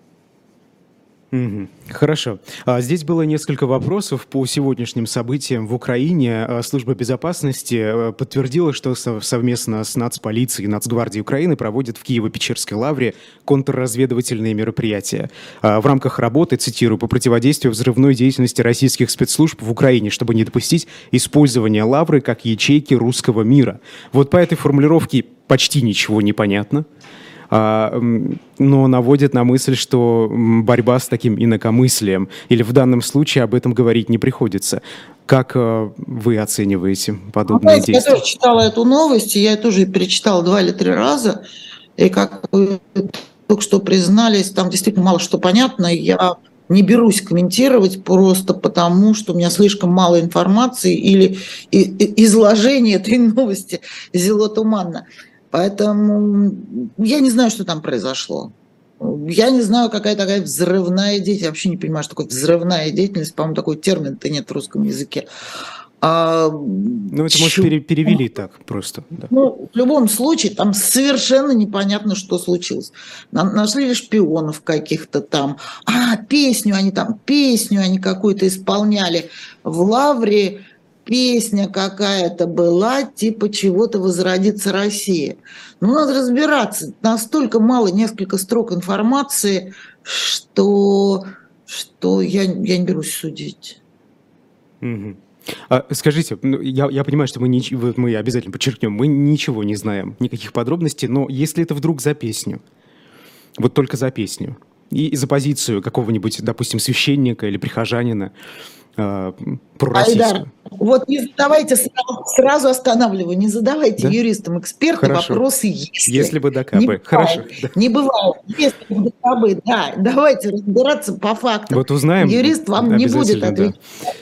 Mm-hmm. Хорошо. Здесь было несколько вопросов по сегодняшним событиям в Украине. Служба безопасности подтвердила, что совместно с Нацполицией и Нацгвардией Украины проводит в Киево-Печерской лавре контрразведывательные мероприятия в рамках работы, цитирую, по противодействию взрывной деятельности российских спецслужб в Украине, чтобы не допустить использования лавры как ячейки русского мира. Вот по этой формулировке почти ничего не понятно. Но наводит на мысль, что борьба с таким инакомыслием, или в данном случае об этом говорить не приходится. Как вы оцениваете подобные ну, действия? Я тоже читала эту новость, и я тоже перечитала два или три раза, и как вы только что признались, там действительно мало что понятно, я не берусь комментировать просто потому, что у меня слишком мало информации или изложение этой новости зело туманно. Поэтому я не знаю, что там произошло. Я не знаю, какая такая взрывная деятельность. Я вообще не понимаю, что такое взрывная деятельность. По-моему, такой термин-то нет в русском языке. А, Ну, это, может, чё? пере- перевели так просто. Да. Ну, в любом случае, там совершенно непонятно, что случилось. На- Нашли ли шпионов каких-то там. А, песню они там, песню они какую-то исполняли в Лавре. Песня какая-то была, типа чего-то «Возродится Россия». Ну, надо разбираться. Настолько мало, несколько строк информации, что, что я, я не берусь судить. Мгм. А, скажите, ну, я, я понимаю, что мы, нич- вот мы обязательно подчеркнем, мы ничего не знаем, никаких подробностей, но если это вдруг за песню, вот только за песню, и за позицию какого-нибудь, допустим, священника или прихожанина э, Айдар, пророссийскую. вот не задавайте сразу, сразу останавливаю, не задавайте Да? юристам эксперты Хорошо. вопросы «если». Если бы да Не кабы. Хорошо. бывает, Да. не бывает. Если бы да кабы, да, давайте разбираться по фактам. Вот узнаем Юрист вам не будет обязательно, да. отвечать.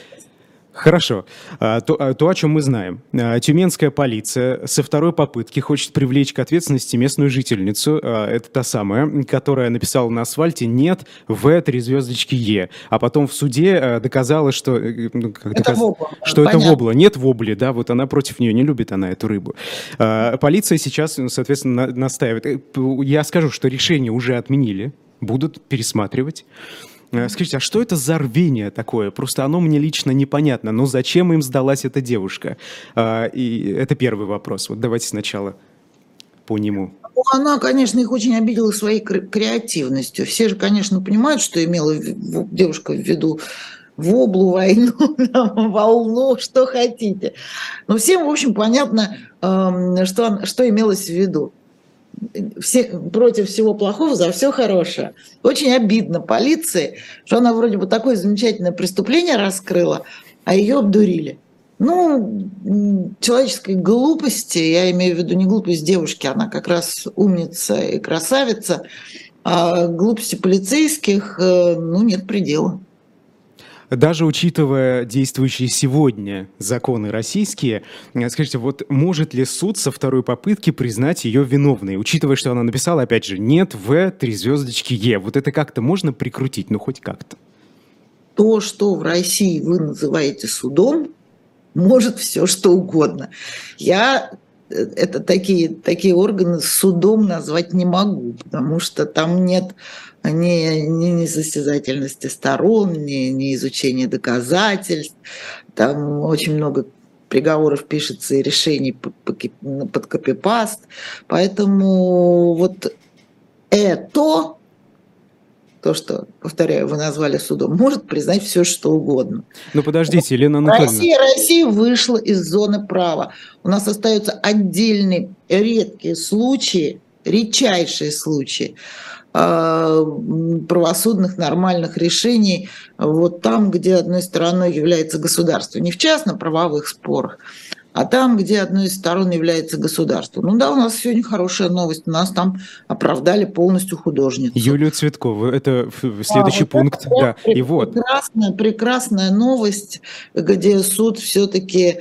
Хорошо. А, То, а, то, о чем мы знаем. А, Тюменская полиция со второй попытки хочет привлечь к ответственности местную жительницу. А, Это та самая, которая написала на асфальте «нет» в три звездочки Е. А потом в суде а, доказала, что, э, ну, как Это доказ- вобла, что это понятно. вобла. Нет вобли, да, вот она против нее, не любит она эту рыбу. А, Полиция сейчас, ну, соответственно, на- настаивает. Э, п- Я скажу, что решение уже отменили, будут пересматривать. Э, Скажите, а что это за рвение такое? Просто оно мне лично непонятно. Но зачем им сдалась эта девушка? А, И это первый вопрос. Вот давайте сначала по нему. Ну, она, конечно, их очень обидела своей кре- креативностью. Все же, конечно, понимают, что имела в- в- девушка в виду воблу, войну, там, волну, что хотите. Но всем, в общем, понятно, эм, что, он- что имелось в виду. Все, против всего плохого, за все хорошее. Очень обидно полиции, что она вроде бы такое замечательное преступление раскрыла, а ее обдурили. Ну, м, человеческой глупости, я имею в виду не глупость девушки, она как раз умница и красавица, а глупости полицейских, э, ну, нет предела. Даже учитывая действующие сегодня законы российские, э, скажите, вот может ли суд со второй попытки признать ее виновной, учитывая, что она написала, опять же, «нет» в три звездочки Е? Вот это как-то можно прикрутить? Ну, хоть как-то. То, что в России вы называете судом, может все что угодно. Я э, это такие, такие органы судом назвать не могу, потому что там нет ни, ни несостязательности сторон, ни, ни изучения доказательств. Там очень много приговоров пишется и решений по- по ки- под копипаст. Поэтому вот это, то, что, повторяю, вы назвали судом, может признать все, что угодно. Ну, подождите, Елена Анатольевна. Россия, Россия вышла из зоны права. У нас остаются отдельные редкие случаи, редчайшие случаи э, правосудных нормальных решений вот там, где одной стороной является государство. Не в частно-правовых спорах, а там, где одной из сторон является государство. Ну да, у нас сегодня хорошая новость. У нас там оправдали полностью художницу. Юлию Цветкову. Это в- Да, следующий вот пункт. это прям Да. И вот. прекрасная, прекрасная новость, где суд все-таки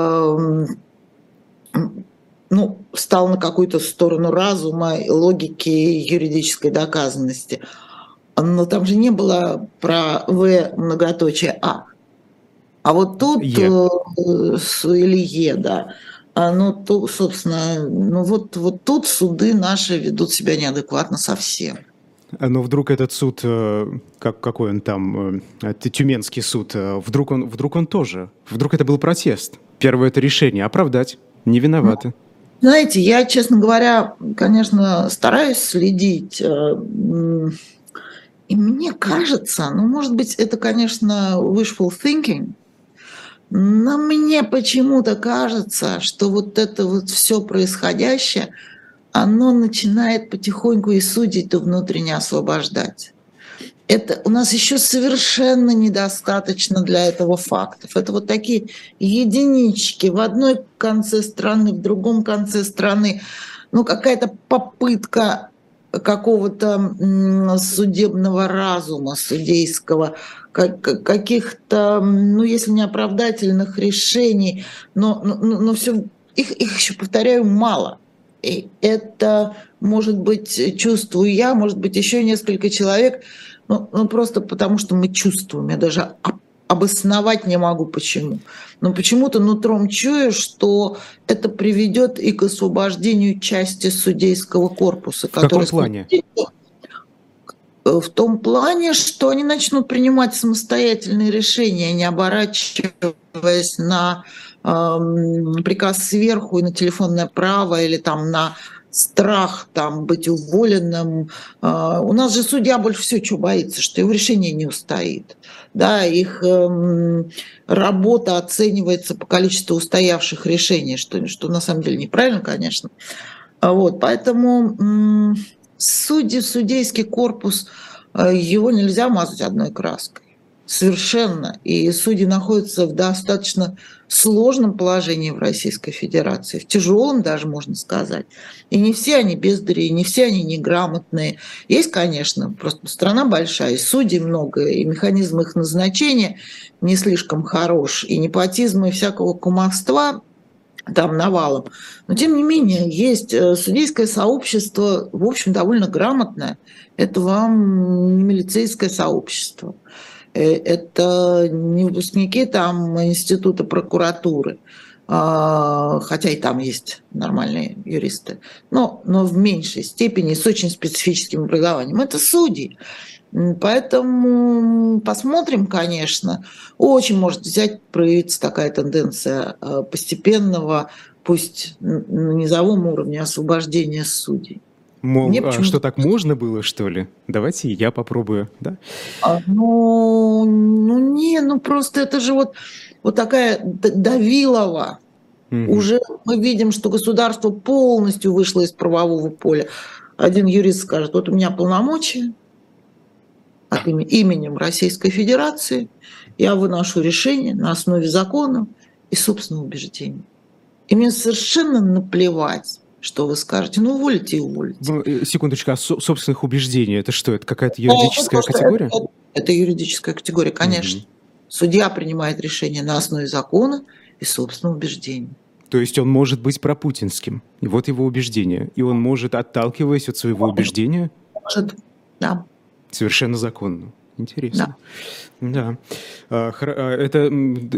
ну, стал на какую-то сторону разума, логики, юридической доказанности. Но там же не было про В многоточие А. А вот тут Е. э, с- или Е, да. А, ну, то, собственно, ну вот, вот тут суды наши ведут себя неадекватно совсем. А, Но вдруг этот суд, э, как, какой он там, э, Т- Тюменский суд, э, вдруг он, вдруг он тоже, вдруг это был протест. Первое это решение оправдать, не виноваты. Знаете, я, честно говоря, конечно, стараюсь следить. э, м, И мне кажется, ну, может быть, это, конечно, wishful thinking, но мне почему-то кажется, что вот это вот все происходящее, оно начинает потихоньку и судить, то внутренне освобождать. Это у нас еще совершенно недостаточно для этого фактов. Это вот такие единички в одной конце страны, в другом конце страны. Ну, какая-то попытка какого-то м, судебного разума, судейского, как- как- каких-то, м, ну, если не оправдательных решений, но, но, но все, их, их еще, повторяю, мало. И это, может быть, чувствую я, может быть, еще несколько человек, ну, ну, просто потому что мы чувствуем. Я даже обосновать не могу почему. Но почему-то нутром чую, что это приведет и к освобождению части судейского корпуса. В каком плане? В том плане, что они начнут принимать самостоятельные решения, не оборачиваясь на э, приказ сверху и на телефонное право или там на страх там, быть уволенным. Э, у нас же судья больше всего чего боится, что его решение не устоит. Да, их э, работа оценивается по количеству устоявших решений, что, что на самом деле неправильно, конечно. Вот, поэтому... Судьи, судейский корпус, его нельзя мазать одной краской. Совершенно. И судьи находятся в достаточно сложном положении в Российской Федерации, в тяжелом даже, можно сказать. И не все они бездари, не все они неграмотные. Есть, конечно, просто страна большая, и судей много, и механизм их назначения не слишком хорош, и непотизма, и всякого кумовства там навалом. Но, тем не менее, есть судейское сообщество, в общем, довольно грамотное. Это вам не милицейское сообщество. Это не выпускники там института прокуратуры, хотя и там есть нормальные юристы, но, но в меньшей степени, с очень специфическим образованием. Это судьи. Поэтому посмотрим, конечно. Очень может взять, проявиться такая тенденция постепенного, пусть на низовом уровне, освобождения судей. Мол, а что, так можно было, что ли? Давайте я попробую, да? А, ну, ну, не, ну просто это же вот, вот такая Давилова. Угу. Уже мы видим, что государство полностью вышло из правового поля. Один юрист скажет, вот у меня полномочия, от именем Российской Федерации я выношу решение на основе закона и собственного убеждения. И мне совершенно наплевать, что вы скажете. Ну, уволите и уволите. Секундочку, а собственных убеждений, это что? Это какая-то юридическая это категория? Это, это юридическая категория, конечно. Угу. Судья принимает решение на основе закона и собственного убеждения. То есть он может быть пропутинским. И вот его убеждение. И он может, отталкиваясь от своего может. убеждения... Может, да. Совершенно законно. Интересно. Да. да. Это,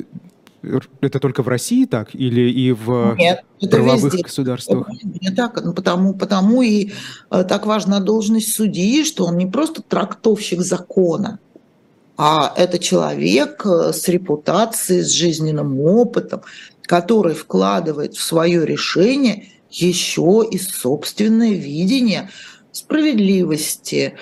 это только в России так? Или и в Нет, правовых везде. государствах? Не так. Потому, потому и так важна должность судьи, что он не просто трактовщик закона, а это человек с репутацией, с жизненным опытом, который вкладывает в свое решение еще и собственное видение справедливости,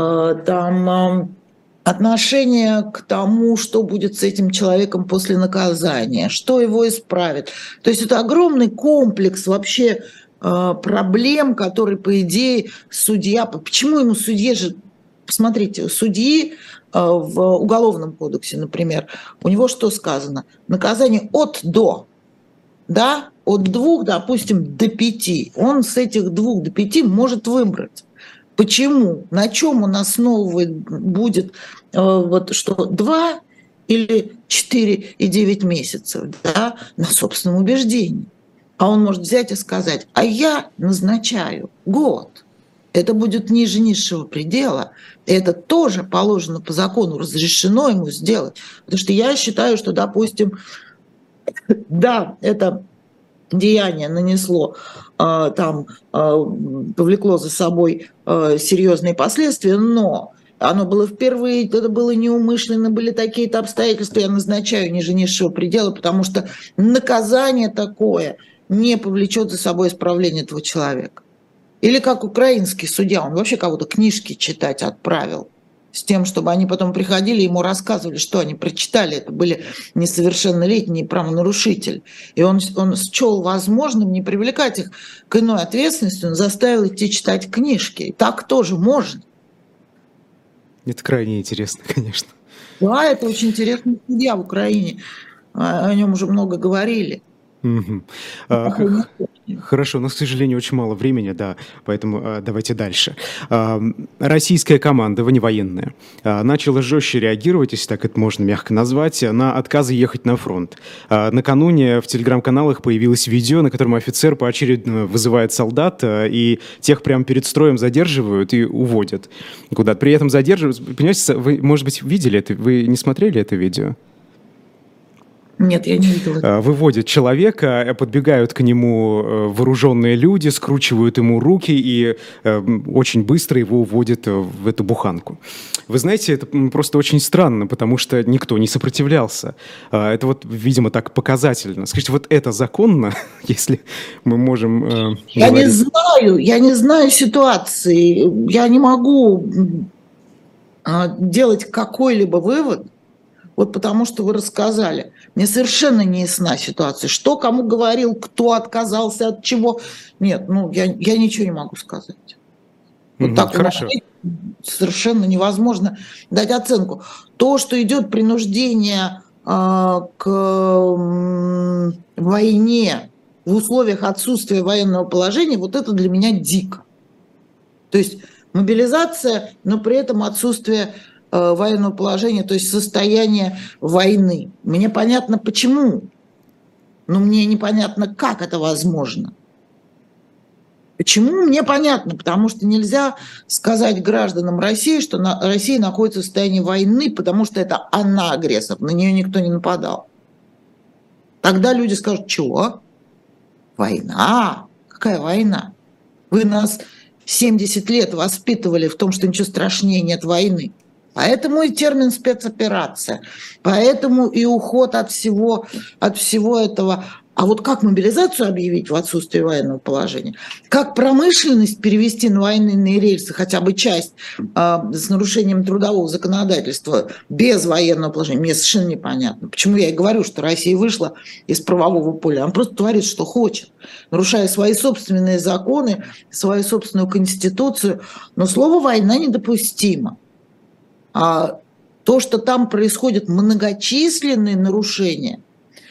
там, отношение к тому, что будет с этим человеком после наказания, что его исправит. То есть это огромный комплекс вообще проблем, которые, по идее, судья... Почему ему судье же... Посмотрите, у судьи в Уголовном кодексе, например, у него что сказано? Наказание от до, да? От двух, допустим, до пяти. Он с этих двух до пяти может выбрать. Почему? На чем он основывает будет, вот, что два или четыре и девять месяцев? Да? На собственном убеждении. А он может взять и сказать, а я назначаю год. Это будет ниже низшего предела. И это тоже положено по закону, разрешено ему сделать. Потому что я считаю, что, допустим, да, это... деяние нанесло, там, повлекло за собой серьезные последствия, но оно было впервые, это было неумышленно, были такие-то обстоятельства, я назначаю ниже низшего предела, потому что наказание такое не повлечет за собой исправление этого человека. Или как украинский судья, он вообще кого-то книжки читать отправил, с тем, чтобы они потом приходили и ему рассказывали, что они прочитали. Это были несовершеннолетние правонарушители. И он, он счел возможным не привлекать их к иной ответственности, он заставил идти читать книжки. И так тоже можно. Это крайне интересно, конечно. Да, это очень интересный судья в Украине. О нем уже много говорили. Угу. А, х- хорошо, но, к сожалению, очень мало времени, да, поэтому а, давайте дальше. А, российское командование военное а, начало жестче реагировать, если так это можно мягко назвать, на отказы ехать на фронт. А, накануне в телеграм-каналах появилось видео, на котором офицер поочередно вызывает солдат, а, и тех прямо перед строем задерживают и уводят куда-то. При этом задерживают, понимаете, вы, может быть, видели это, вы не смотрели это видео? Нет, я не видела. Выводят человека, подбегают к нему вооруженные люди, скручивают ему руки и очень быстро его уводят в эту буханку. Вы знаете, это просто очень странно, потому что никто не сопротивлялся. Это вот, видимо, так показательно. Скажите, вот это законно, если мы можем э, Я говорить? не знаю, я не знаю ситуации. Я не могу делать какой-либо вывод, вот потому что вы рассказали. Мне совершенно не ясна ситуация. Что кому говорил, кто отказался от чего. Нет, ну я, я ничего не могу сказать. Вот mm-hmm, так хорошо. Совершенно невозможно дать оценку. То, что идет принуждение э, к э, войне в условиях отсутствия военного положения, вот это для меня дико. То есть мобилизация, но при этом отсутствие э, военного положения, то есть состояние войны. Мне понятно, почему, но мне непонятно, как это возможно. Почему? Мне понятно, потому что нельзя сказать гражданам России, что на, Россия находится в состоянии войны, потому что это она агрессор, на нее никто не нападал. Тогда люди скажут, чего? Война? Какая война? Вы нас семьдесят лет воспитывали в том, что ничего страшнее нет войны. Поэтому и термин спецоперация, поэтому и уход от всего, от всего этого. А вот как мобилизацию объявить в отсутствии военного положения? Как промышленность перевести на военные рельсы, хотя бы часть э, с нарушением трудового законодательства без военного положения? Мне совершенно непонятно. Почему я и говорю, что Россия вышла из правового поля. Она просто творит, что хочет, нарушая свои собственные законы, свою собственную конституцию. Но слово «война» недопустимо. А то, что там происходят многочисленные нарушения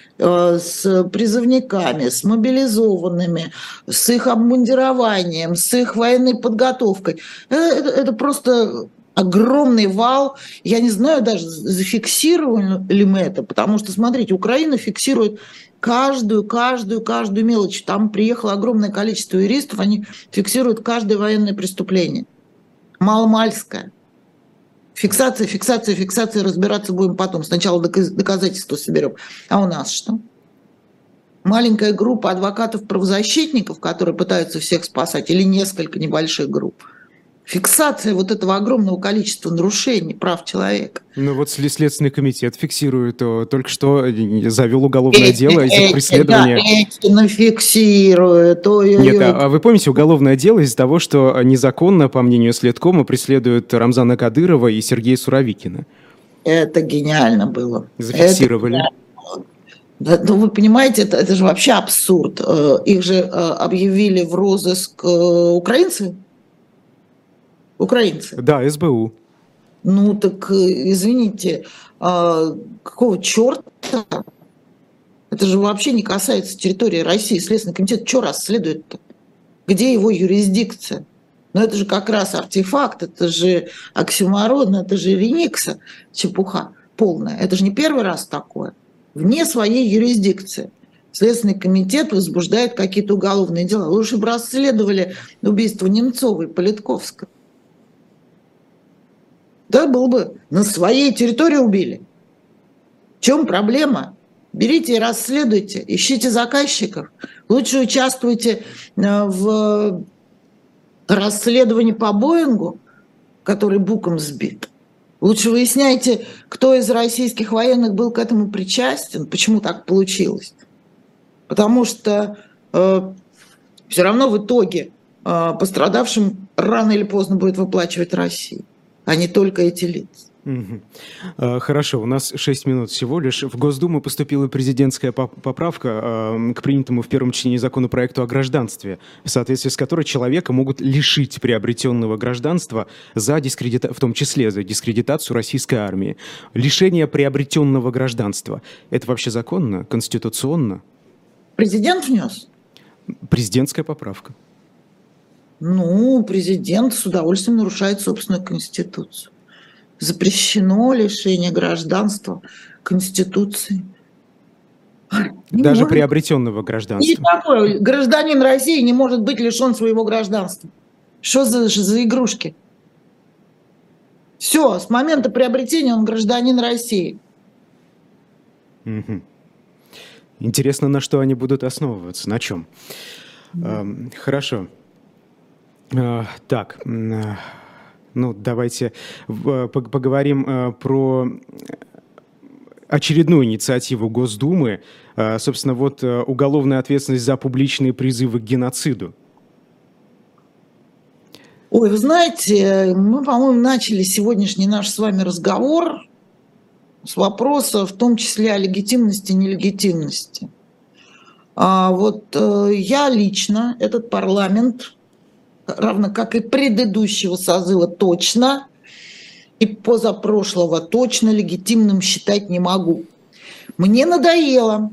с призывниками, с мобилизованными, с их обмундированием, с их военной подготовкой. Это, это просто огромный вал. Я не знаю даже, зафиксировали ли мы это, потому что, смотрите, Украина фиксирует каждую, каждую, каждую мелочь. Там приехало огромное количество юристов, они фиксируют каждое военное преступление. Маломальское. Фиксация, фиксация, фиксация, разбираться будем потом. Сначала доказательства соберем. А у нас что? Маленькая группа адвокатов-правозащитников, которые пытаются всех спасать, или несколько небольших групп. Фиксация вот этого огромного количества нарушений прав человека. Ну вот Следственный комитет фиксирует, только что завел уголовное эти, дело из-за преследования. Да, эти фиксирует. Нет, а вы помните уголовное дело из-за того, что незаконно, по мнению Следкома, преследуют Рамзана Кадырова и Сергея Суровикина? Это гениально было. Зафиксировали. Это да, ну, вы понимаете, это, это же вообще абсурд. Их же объявили в розыск украинцы. Украинцы. Да, эс бэ у. Ну так, извините, а, какого черта? Это же вообще не касается территории России. Следственный комитет что расследует-то? Где его юрисдикция? Ну это же как раз артефакт, это же оксюморон, это же ремикса, чепуха полная. Это же не первый раз такое. Вне своей юрисдикции. Следственный комитет возбуждает какие-то уголовные дела. Лучше бы расследовали убийство Немцова и Политковского. Да, было бы. На своей территории убили. В чем проблема? Берите и расследуйте, ищите заказчиков. Лучше участвуйте в расследовании по Боингу, который буком сбит. Лучше выясняйте, кто из российских военных был к этому причастен, почему так получилось. Потому что э, все равно в итоге э, пострадавшим рано или поздно будет выплачивать Россия, а не только эти лица. Угу. Хорошо, у нас шесть минут всего лишь. В Госдуму поступила президентская поправка к принятому в первом чтении законопроекту о гражданстве, в соответствии с которой человека могут лишить приобретенного гражданства, за дискредита... в том числе за дискредитацию российской армии. Лишение приобретенного гражданства – это вообще законно, конституционно? Президент внес? Президентская поправка. Ну, президент с удовольствием нарушает собственную конституцию. Запрещено лишение гражданства Конституции. Не Даже может... приобретенного гражданства. Не такое. Гражданин России не может быть лишен своего гражданства. Что за, за игрушки? Все, с момента приобретения он гражданин России. Угу. Интересно, на что они будут основываться, на чем. Mm. Хорошо. Так, ну давайте поговорим про очередную инициативу Госдумы. Собственно, вот уголовная ответственность за публичные призывы к геноциду. Ой, вы знаете, мы, по-моему, начали сегодняшний наш с вами разговор с вопроса, в том числе о легитимности и нелегитимности. А вот э, я лично этот парламент, равно как и предыдущего созыва, точно, и позапрошлого точно легитимным считать не могу. Мне надоело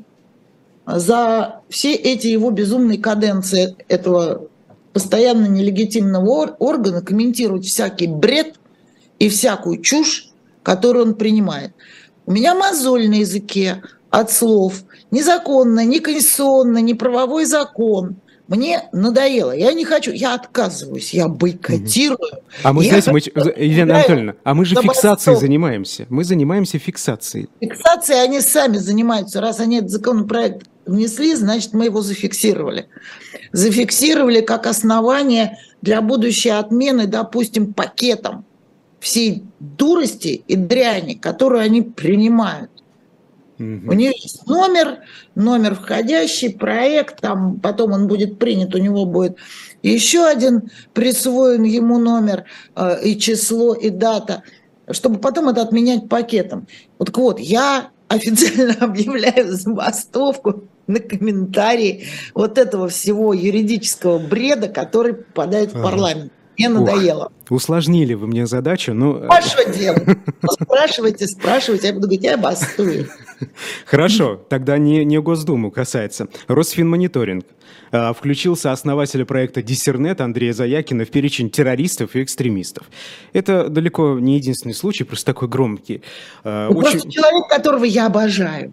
за все эти его безумные каденции этого постоянно нелегитимного органа комментировать всякий бред и всякую чушь, которую он принимает. У меня мозоль на языке от слов «незаконно», «неконституционно», «неправовой закон». Мне надоело. Я не хочу, я отказываюсь, я бойкотирую. А мы, я знаете, мы, Елена Анатольевна, а мы же фиксацией занимаемся. Мы занимаемся фиксацией. Фиксацией они сами занимаются. Раз они этот законопроект внесли, значит, мы его зафиксировали. Зафиксировали как основание для будущей отмены, допустим, пакетом всей дурости и дряни, которую они принимают. Mm-hmm. У нее есть номер, номер входящий, проект, там, потом он будет принят, у него будет еще один присвоен ему номер э, и число, и дата, чтобы потом это отменять пакетом. Вот, так вот, я официально объявляю забастовку на комментарии вот этого всего юридического бреда, который попадает в парламент. Мне надоело. Ух, усложнили вы мне задачу, но... А что делать? Спрашивайте, спрашивайте, я буду говорить, я бастую. Хорошо, тогда не, не Госдуму касается. Росфинмониторинг а, включил сооснователя проекта Диссернет Андрея Заякина в перечень террористов и экстремистов. Это далеко не единственный случай, просто такой громкий. А, очень... Просто человек, которого я обожаю.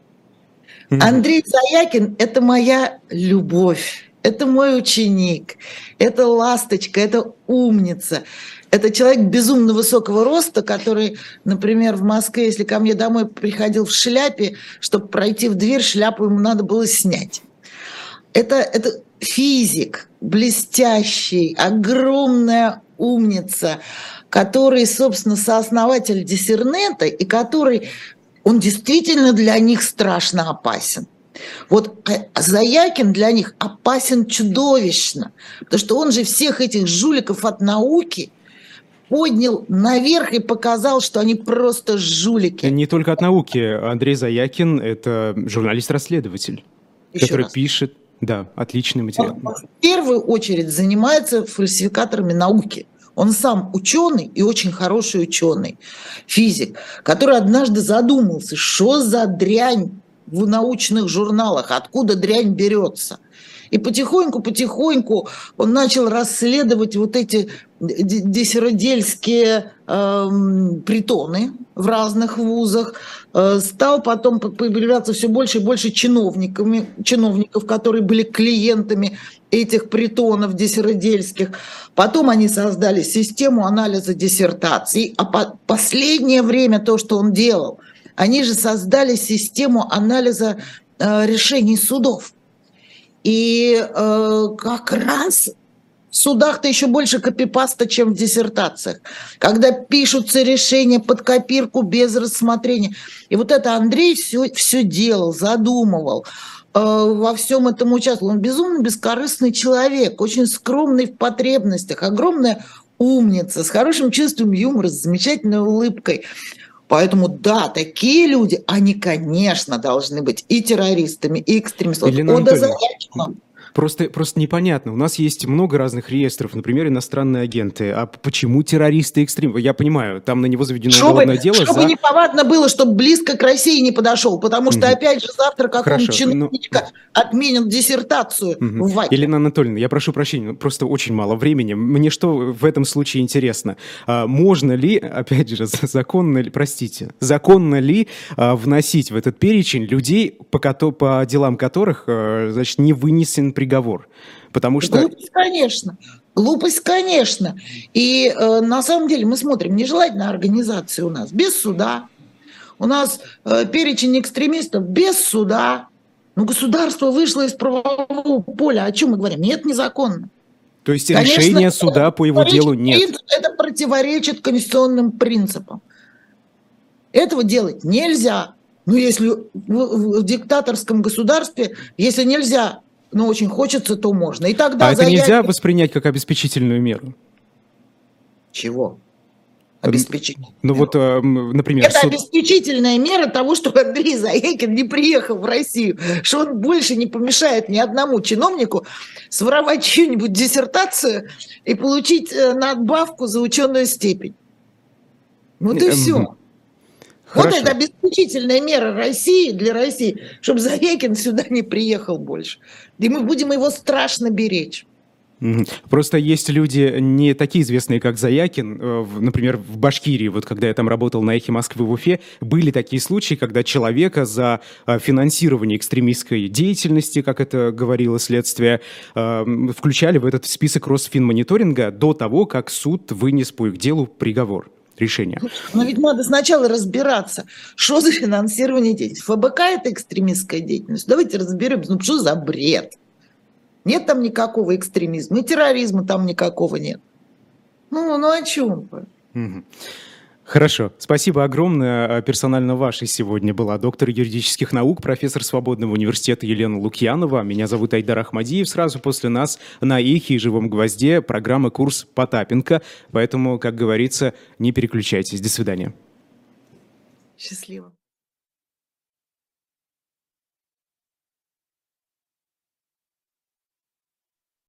Mm-hmm. Андрей Заякин – это моя любовь. Это мой ученик, это ласточка, это умница. Это человек безумно высокого роста, который, например, в Москве, если ко мне домой приходил в шляпе, чтобы пройти в дверь, шляпу ему надо было снять. Это, это физик, блестящий, огромная умница, который, собственно, сооснователь Диссернета, и который, он действительно для них страшно опасен. Вот Заякин для них опасен чудовищно, потому что он же всех этих жуликов от науки поднял наверх и показал, что они просто жулики. Не только от науки. Андрей Заякин – это журналист-расследователь, Еще который раз. пишет, да, отличный материал. Он в первую очередь занимается фальсификаторами науки. Он сам ученый и очень хороший ученый, физик, который однажды задумался, что за дрянь в научных журналах, откуда дрянь берется. И потихоньку-потихоньку он начал расследовать вот эти диссеродельские э, притоны в разных вузах, э, стал потом появляться все больше и больше чиновниками, чиновников, которые были клиентами этих притонов диссеродельских. Потом они создали систему анализа диссертаций, а по последнее время то, что он делал, они же создали систему анализа э, решений судов. И э, как раз в судах-то еще больше копипаста, чем в диссертациях. Когда пишутся решения под копирку без рассмотрения. И вот это Андрей все, все делал, задумывал, э, во всем этом участвовал. Он безумно бескорыстный человек, очень скромный в потребностях, огромная умница, с хорошим чувством юмора, с замечательной улыбкой. Поэтому, да, такие люди, они, конечно, должны быть и террористами, и экстремистами. Елена Анатольевна, просто, просто непонятно. У нас есть много разных реестров, например, иностранные агенты. А почему террористы и экстремисты? Я понимаю, там на него заведено чтобы, уголовное дело. Чтобы за... неповадно было, чтобы близко к России не подошел, потому что, mm-hmm. опять же, завтра какой-нибудь чиновник но... отменят диссертацию mm-hmm. в ВАКе. Елена Анатольевна, я прошу прощения, просто очень мало времени. Мне что в этом случае интересно? А, можно ли, опять же, законно ли, простите, законно ли а, вносить в этот перечень людей, по, по делам которых, а, значит, не вынесен приговор? Потому что... Глупость, конечно. Глупость, конечно. И э, на самом деле мы смотрим, нежелательная организация у нас без суда. У нас э, перечень экстремистов без суда. Ну, государство вышло из правового поля. О чем мы говорим? Нет, незаконно. То есть Конечно, решения суда по его делу нет? Это противоречит конституционным принципам. Этого делать нельзя. Ну, если в, в диктаторском государстве, если нельзя, но очень хочется, то можно. И тогда а это нельзя воспринять как обеспечительную меру? Чего? Обеспечительную Ну меру. вот, например... Это суд... обеспечительная мера того, что Андрей Заякин не приехал в Россию, что он больше не помешает ни одному чиновнику своровать чью-нибудь диссертацию и получить надбавку за ученую степень. Вот и все. Хорошо. Вот это обеспечительная мера России для России, чтобы Заякин сюда не приехал больше. И мы будем его страшно беречь. Просто есть люди не такие известные, как Заякин. Например, в Башкирии, вот когда я там работал на «Эхе Москвы» в Уфе, были такие случаи, когда человека за финансирование экстремистской деятельности, как это говорило следствие, включали в этот список Росфинмониторинга до того, как суд вынес по их делу приговор. Решение. Но ведь надо сначала разбираться, что за финансирование деятельности. ФБК – это экстремистская деятельность. Давайте разберемся, ну что за бред? Нет там никакого экстремизма, и терроризма там никакого нет. Ну, ну о чем вы? Хорошо. Спасибо огромное. Персонально вашей сегодня была доктор юридических наук, профессор Свободного университета Елена Лукьянова. Меня зовут Айдар Ахмадиев. Сразу после нас на «Эхе» и «Живом гвозде» программа «Курс Потапенко». Поэтому, как говорится, не переключайтесь. До свидания. Счастливо.